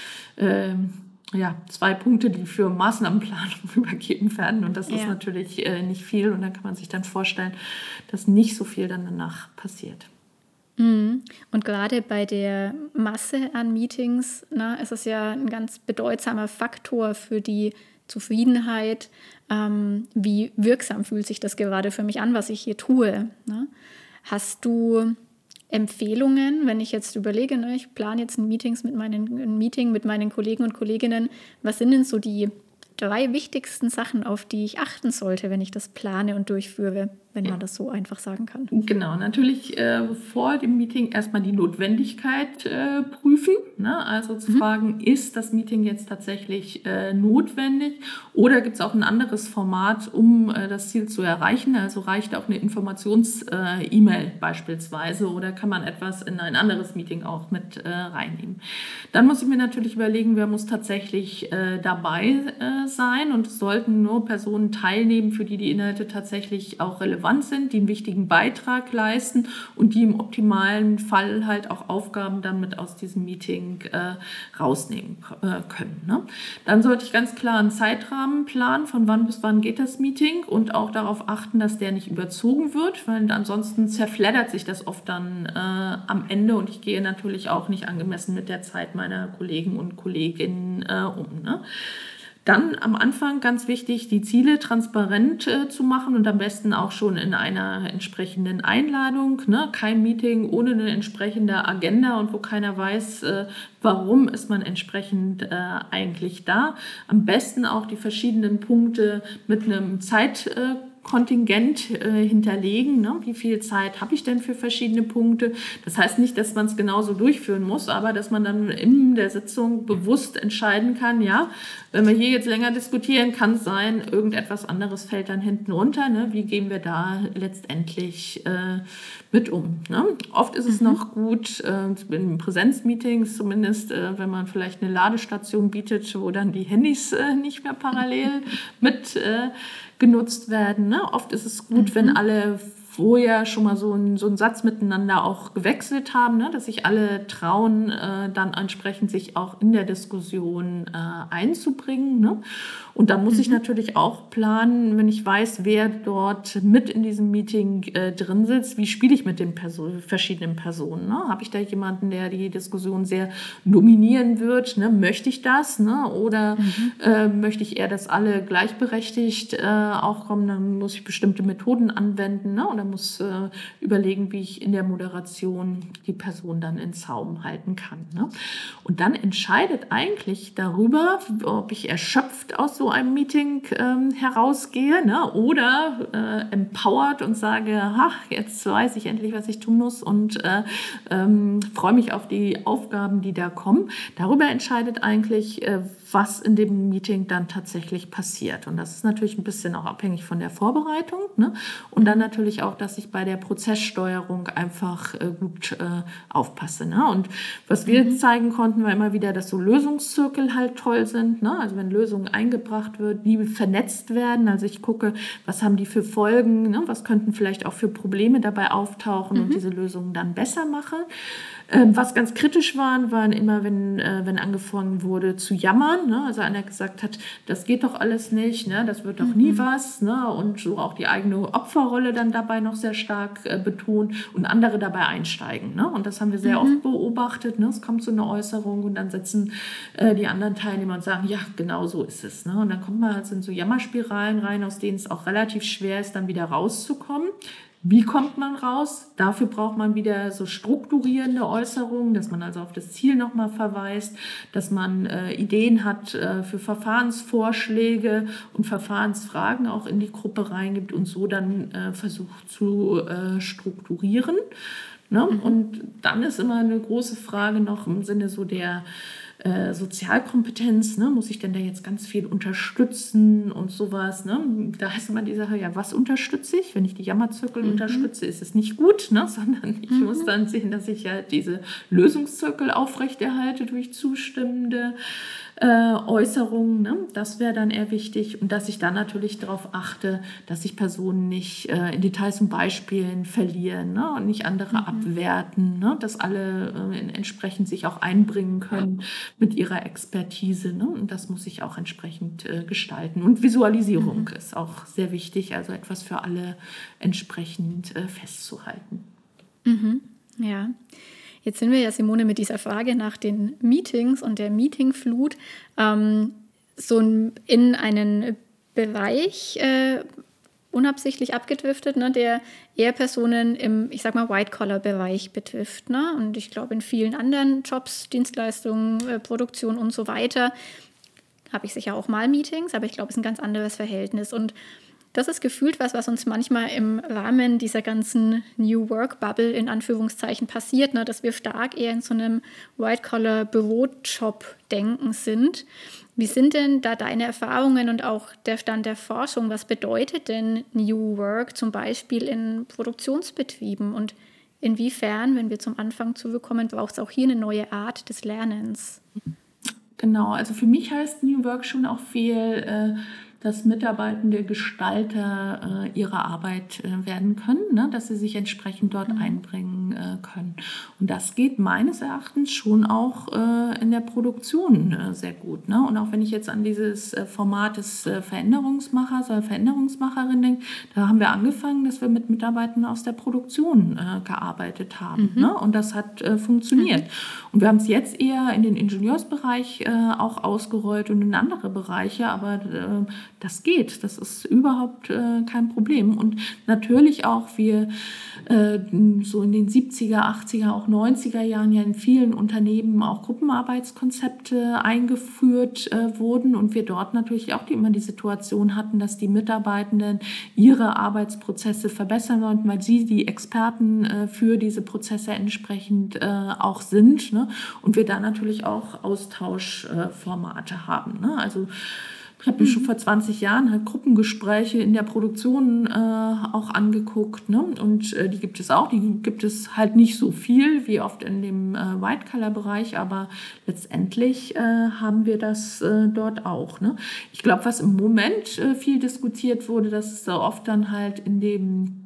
ähm, ja, zwei Punkte, die für Maßnahmenplanung übergeben werden. Und das ja. ist natürlich äh, nicht viel. Und dann kann man sich dann vorstellen, dass nicht so viel dann danach passiert. Mhm. Und gerade bei der Masse an Meetings, na, ist es ja ein ganz bedeutsamer Faktor für die Zufriedenheit. Ähm, wie wirksam fühlt sich das gerade für mich an, was ich hier tue, ne? Hast du Empfehlungen, wenn ich jetzt überlege, ne, ich plane jetzt ein, Meetings mit meinen, ein Meeting mit meinen Kollegen und Kolleginnen, was sind denn so die drei wichtigsten Sachen, auf die ich achten sollte, wenn ich das plane und durchführe, wenn man das so einfach sagen kann? Genau, natürlich äh, vor dem Meeting erstmal die Notwendigkeit äh, prüfen. Ne? Also zu mhm. fragen, ist das Meeting jetzt tatsächlich äh, notwendig oder gibt es auch ein anderes Format, um äh, das Ziel zu erreichen? Also reicht auch eine Informations-E-Mail äh, beispielsweise oder kann man etwas in ein anderes Meeting auch mit äh, reinnehmen? Dann muss ich mir natürlich überlegen, wer muss tatsächlich äh, dabei äh, sein und es sollten nur Personen teilnehmen, für die die Inhalte tatsächlich auch relevant sind, die einen wichtigen Beitrag leisten und die im optimalen Fall halt auch Aufgaben dann mit aus diesem Meeting äh, rausnehmen äh, können. Ne? Dann sollte ich ganz klar einen Zeitrahmen planen, von wann bis wann geht das Meeting und auch darauf achten, dass der nicht überzogen wird, weil ansonsten zerfleddert sich das oft dann äh, am Ende und ich gehe natürlich auch nicht angemessen mit der Zeit meiner Kollegen und Kolleginnen äh, um. Ne? Dann am Anfang ganz wichtig, die Ziele transparent äh, zu machen und am besten auch schon in einer entsprechenden Einladung. Ne? Kein Meeting ohne eine entsprechende Agenda und wo keiner weiß, äh, warum ist man entsprechend äh, eigentlich da. Am besten auch die verschiedenen Punkte mit einem Zeit äh, Kontingent äh, hinterlegen. Ne? Wie viel Zeit habe ich denn für verschiedene Punkte? Das heißt nicht, dass man es genauso durchführen muss, aber dass man dann in der Sitzung bewusst entscheiden kann, ja, wenn wir hier jetzt länger diskutieren, kann es sein, irgendetwas anderes fällt dann hinten runter. Ne? Wie gehen wir da letztendlich äh, mit um? Ne? Oft ist es mhm. noch gut, äh, in Präsenzmeetings zumindest, äh, wenn man vielleicht eine Ladestation bietet, wo dann die Handys äh, nicht mehr parallel mit äh, genutzt werden. Ne? Oft ist es gut, mhm. wenn alle vorher schon mal so einen, so einen Satz miteinander auch gewechselt haben, ne? Dass sich alle trauen, äh, dann entsprechend sich auch in der Diskussion äh, einzubringen. Ne? Und dann muss mhm. ich natürlich auch planen, wenn ich weiß, wer dort mit in diesem Meeting äh, drin sitzt, wie spiele ich mit den Person- verschiedenen Personen. Ne? Habe ich da jemanden, der die Diskussion sehr dominieren wird? Ne? Möchte ich das? Ne? Oder mhm. äh, möchte ich eher, dass alle gleichberechtigt äh, auch kommen? Dann muss ich bestimmte Methoden anwenden, ne? Und dann muss äh, überlegen, wie ich in der Moderation die Person dann in Zaum halten kann. Ne? Und dann entscheidet eigentlich darüber, ob ich erschöpft aus so einem Meeting ähm, herausgehe, ne? Oder äh, empowered und sage, ach, jetzt weiß ich endlich, was ich tun muss und äh, ähm, freue mich auf die Aufgaben, die da kommen. Darüber entscheidet eigentlich, äh, was in dem Meeting dann tatsächlich passiert. Und das ist natürlich ein bisschen auch abhängig von der Vorbereitung, ne? Und dann natürlich auch, dass ich bei der Prozesssteuerung einfach äh, gut äh, aufpasse. Ne? Und was wir mhm. jetzt zeigen konnten, war immer wieder, dass so Lösungszirkel halt toll sind. Ne? Also wenn Lösungen eingebracht wird, die vernetzt werden. Also ich gucke, was haben die für Folgen, ne? Was könnten vielleicht auch für Probleme dabei auftauchen mhm. und diese Lösungen dann besser machen. Ähm, was ganz kritisch waren, waren immer, wenn, äh, wenn angefangen wurde zu jammern, ne? Also einer gesagt hat, das geht doch alles nicht, ne? Das wird doch mhm. nie was, ne? Und so auch die eigene Opferrolle dann dabei noch sehr stark äh, betont und andere dabei einsteigen, ne? Und das haben wir sehr mhm. oft beobachtet, ne? Es kommt so eine Äußerung und dann setzen äh, die anderen Teilnehmer und sagen, ja, genau so ist es, ne? Und dann kommt man halt in so Jammerspiralen rein, aus denen es auch relativ schwer ist, dann wieder rauszukommen. Wie kommt man raus? Dafür braucht man wieder so strukturierende Äußerungen, dass man also auf das Ziel nochmal verweist, dass man äh, Ideen hat äh, für Verfahrensvorschläge und Verfahrensfragen auch in die Gruppe reingibt und so dann äh, versucht zu äh, strukturieren. Ne? Mhm. Und dann ist immer eine große Frage noch im Sinne so der Äh, Sozialkompetenz, ne? Muss ich denn da jetzt ganz viel unterstützen und sowas, ne? Da heißt immer die Sache, ja, was unterstütze ich? Wenn ich die Jammerzirkel mhm. unterstütze, ist es nicht gut, ne? Sondern ich mhm. muss dann sehen, dass ich ja diese Lösungszirkel aufrechterhalte durch zustimmende äh, Äußerungen, ne? Das wäre dann eher wichtig und dass ich dann natürlich darauf achte, dass sich Personen nicht äh, in Details und Beispielen verlieren, ne? Und nicht andere mhm. abwerten, ne? Dass alle äh, entsprechend sich auch einbringen können mit ihrer Expertise, ne? Und das muss ich auch entsprechend äh, gestalten. Und Visualisierung mhm. ist auch sehr wichtig, also etwas für alle entsprechend äh, festzuhalten. Mhm. Ja. Jetzt sind wir ja, Simone, mit dieser Frage nach den Meetings und der Meetingflut ähm, so in einen Bereich äh, unabsichtlich abgedriftet, ne, der eher Personen im, ich sag mal, White-Collar-Bereich betrifft. Ne? Und ich glaube, in vielen anderen Jobs, Dienstleistungen, äh, Produktion und so weiter habe ich sicher auch mal Meetings, aber ich glaube, es ist ein ganz anderes Verhältnis. Und das ist gefühlt was, was uns manchmal im Rahmen dieser ganzen New Work-Bubble in Anführungszeichen passiert, ne? Dass wir stark eher in so einem White-Collar-Bürojob-Denken sind. Wie sind denn da deine Erfahrungen und auch der Stand der Forschung? Was bedeutet denn New Work zum Beispiel in Produktionsbetrieben? Und inwiefern, wenn wir zum Anfang zurückkommen, braucht es auch hier eine neue Art des Lernens? Genau, also für mich heißt New Work schon auch viel, äh, dass Mitarbeitende Gestalter äh, ihrer Arbeit äh, werden können, ne? Dass sie sich entsprechend dort mhm. einbringen äh, können. Und das geht meines Erachtens schon auch äh, in der Produktion äh, sehr gut. Ne? Und auch wenn ich jetzt an dieses äh, Format des äh, Veränderungsmachers oder Veränderungsmacherin denke, da haben wir angefangen, dass wir mit Mitarbeitenden aus der Produktion äh, gearbeitet haben. Mhm. Ne? Und das hat äh, funktioniert. Mhm. Und wir haben es jetzt eher in den Ingenieursbereich äh, auch ausgerollt und in andere Bereiche, aber äh, das geht, das ist überhaupt äh, kein Problem. Und natürlich auch wir äh, so in den siebziger, achtziger, auch neunziger Jahren ja in vielen Unternehmen auch Gruppenarbeitskonzepte eingeführt äh, wurden und wir dort natürlich auch die, immer die Situation hatten, dass die Mitarbeitenden ihre Arbeitsprozesse verbessern wollten, weil sie die Experten äh, für diese Prozesse entsprechend äh, auch sind, ne? Und wir da natürlich auch Austauschformate äh, haben, ne? Also ich habe mir schon vor zwanzig Jahren halt Gruppengespräche in der Produktion äh, auch angeguckt, ne? Und äh, die gibt es auch. Die gibt es halt nicht so viel wie oft in dem äh, White-Collar-Bereich, aber letztendlich äh, haben wir das äh, dort auch, ne? Ich glaube, was im Moment äh, viel diskutiert wurde, dass es da oft dann halt in dem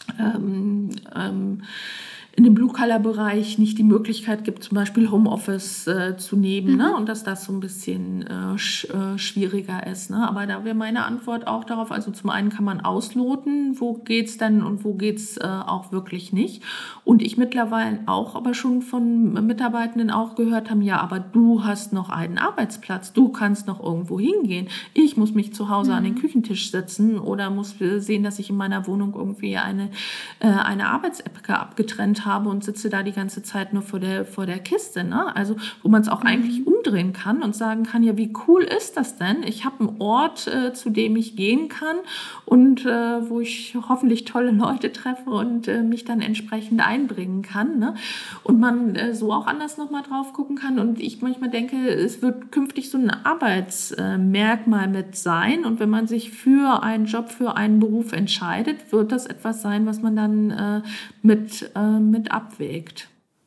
ähm, ähm, in dem Blue-Color-Bereich nicht die Möglichkeit gibt, zum Beispiel Homeoffice äh, zu nehmen, mhm. ne? Und dass das so ein bisschen äh, sch, äh, schwieriger ist. Ne? Aber da wäre meine Antwort auch darauf, also zum einen kann man ausloten, wo geht's denn und wo geht's äh, auch wirklich nicht. Und ich mittlerweile auch aber schon von Mitarbeitenden auch gehört haben, ja, aber du hast noch einen Arbeitsplatz, du kannst noch irgendwo hingehen. Ich muss mich zu Hause mhm. an den Küchentisch setzen oder muss sehen, dass ich in meiner Wohnung irgendwie eine, äh, eine Arbeitsecke abgetrennt habe und sitze da die ganze Zeit nur vor der, vor der Kiste. Ne? Also wo man es auch mhm. eigentlich umdrehen kann und sagen kann, ja, wie cool ist das denn? Ich habe einen Ort, äh, zu dem ich gehen kann und äh, wo ich hoffentlich tolle Leute treffe und äh, mich dann entsprechend einbringen kann. Ne? Und man äh, so auch anders nochmal drauf gucken kann. Und ich manchmal denke, es wird künftig so ein Arbeitsmerkmal mit sein. Und wenn man sich für einen Job, für einen Beruf entscheidet, wird das etwas sein, was man dann äh, mit, äh, mit abwägt.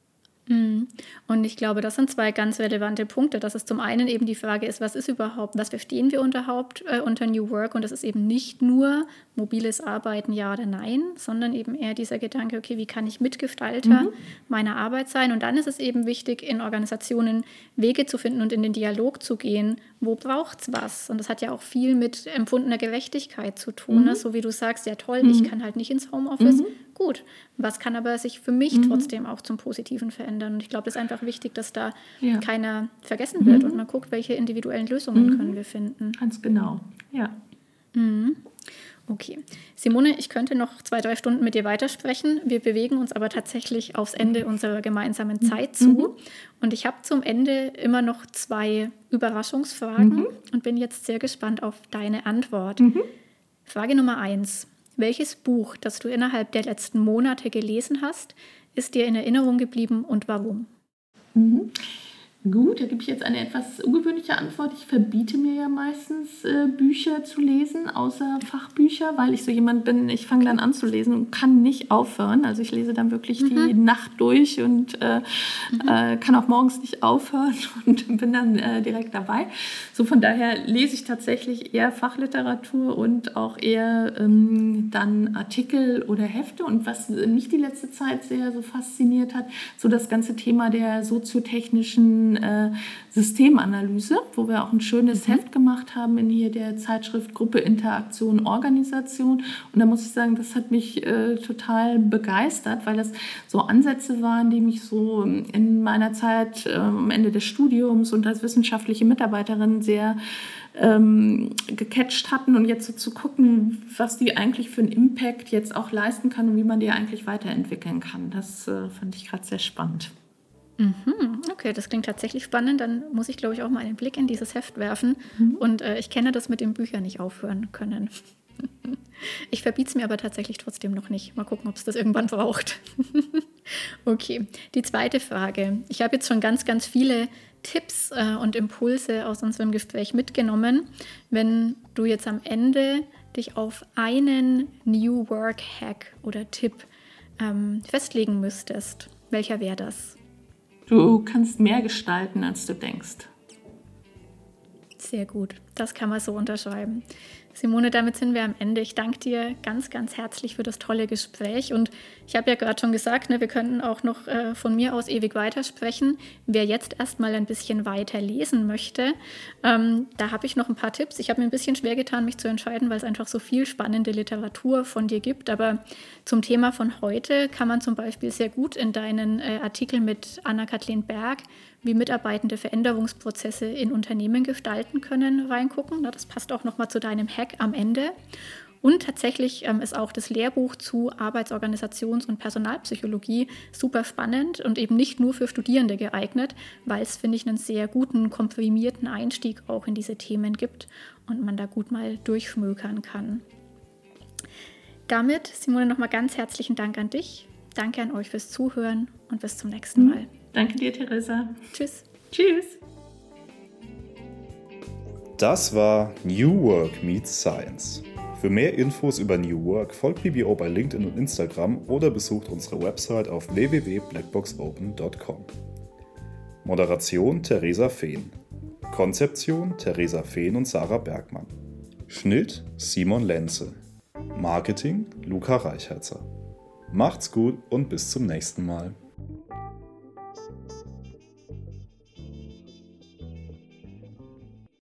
Und ich glaube, das sind zwei ganz relevante Punkte, dass es zum einen eben die Frage ist, was ist überhaupt, was verstehen wir überhaupt äh, unter New Work? Und das ist eben nicht nur mobiles Arbeiten, ja oder nein, sondern eben eher dieser Gedanke, okay, wie kann ich Mitgestalter mhm. meiner Arbeit sein? Und dann ist es eben wichtig, in Organisationen Wege zu finden und in den Dialog zu gehen, wo braucht es was? Und das hat ja auch viel mit empfundener Gerechtigkeit zu tun. Mhm. Ne? So wie du sagst, ja toll, mhm. ich kann halt nicht ins Homeoffice. Mhm. Gut, was kann aber sich für mich mhm. trotzdem auch zum Positiven verändern? Und ich glaube, das ist einfach wichtig, dass da ja. keiner vergessen wird mhm. und man guckt, welche individuellen Lösungen mhm. können wir finden. Ganz genau, ja. Mhm. Okay. Simone, ich könnte noch zwei, drei Stunden mit dir weitersprechen. Wir bewegen uns aber tatsächlich aufs Ende unserer gemeinsamen Zeit zu. Mhm. Und ich habe zum Ende immer noch zwei Überraschungsfragen mhm. und bin jetzt sehr gespannt auf deine Antwort. Mhm. Frage Nummer eins. Welches Buch, das du innerhalb der letzten Monate gelesen hast, ist dir in Erinnerung geblieben und warum? Mhm. Gut, da gebe ich jetzt eine etwas ungewöhnliche Antwort. Ich verbiete mir ja meistens äh, Bücher zu lesen, außer Fachbücher, weil ich so jemand bin, ich fange dann an zu lesen und kann nicht aufhören. Also ich lese dann wirklich mhm. die Nacht durch und äh, mhm. äh, kann auch morgens nicht aufhören und bin dann äh, direkt dabei. So von daher lese ich tatsächlich eher Fachliteratur und auch eher ähm, dann Artikel oder Hefte. Und was mich die letzte Zeit sehr so fasziniert hat, so das ganze Thema der soziotechnischen Äh, Systemanalyse, wo wir auch ein schönes mhm. Heft gemacht haben in hier der Zeitschrift Gruppe Interaktion Organisation. Und da muss ich sagen, das hat mich äh, total begeistert, weil das so Ansätze waren, die mich so in meiner Zeit äh, am Ende des Studiums und als wissenschaftliche Mitarbeiterin sehr ähm, gecatcht hatten. Und jetzt so zu gucken, was die eigentlich für einen Impact jetzt auch leisten kann und wie man die eigentlich weiterentwickeln kann. Das äh, fand ich gerade sehr spannend. Mhm, okay, das klingt tatsächlich spannend. Dann muss ich, glaube ich, auch mal einen Blick in dieses Heft werfen. Mhm. Und äh, ich kenne das mit den Büchern nicht aufhören können. Ich verbiete es mir aber tatsächlich trotzdem noch nicht. Mal gucken, ob es das irgendwann braucht. Okay, die zweite Frage. Ich habe jetzt schon ganz, ganz viele Tipps äh, und Impulse aus unserem Gespräch mitgenommen. Wenn du jetzt am Ende dich auf einen New Work Hack oder Tipp ähm, festlegen müsstest, welcher wäre das? Du kannst mehr gestalten, als du denkst. Sehr gut, das kann man so unterschreiben. Simone, damit sind wir am Ende. Ich danke dir ganz, ganz herzlich für das tolle Gespräch. Und ich habe ja gerade schon gesagt, ne, wir könnten auch noch äh, von mir aus ewig weitersprechen. Wer jetzt erstmal ein bisschen weiter lesen möchte, ähm, da habe ich noch ein paar Tipps. Ich habe mir ein bisschen schwer getan, mich zu entscheiden, weil es einfach so viel spannende Literatur von dir gibt. Aber zum Thema von heute kann man zum Beispiel sehr gut in deinen äh, Artikel mit Anna-Kathleen Berg, wie Mitarbeitende Veränderungsprozesse in Unternehmen gestalten können, reingucken. Das passt auch nochmal zu deinem Hack am Ende. Und tatsächlich ähm, ist auch das Lehrbuch zu Arbeitsorganisations- und Personalpsychologie super spannend und eben nicht nur für Studierende geeignet, weil es, finde ich, einen sehr guten, komprimierten Einstieg auch in diese Themen gibt und man da gut mal durchschmökern kann. Damit, Simone, nochmal ganz herzlichen Dank an dich. Danke an euch fürs Zuhören und bis zum nächsten Mal. Danke dir, Theresa. Tschüss. Tschüss. Das war New Work Meets Science. Für mehr Infos über New Work folgt B B O bei LinkedIn und Instagram oder besucht unsere Website auf w w w punkt blackboxopen punkt com. Moderation Theresa Fehn. Konzeption Theresa Fehn und Sarah Bergmann. Schnitt Simon Lenze. Marketing Luca Reichherzer. Macht's gut und bis zum nächsten Mal.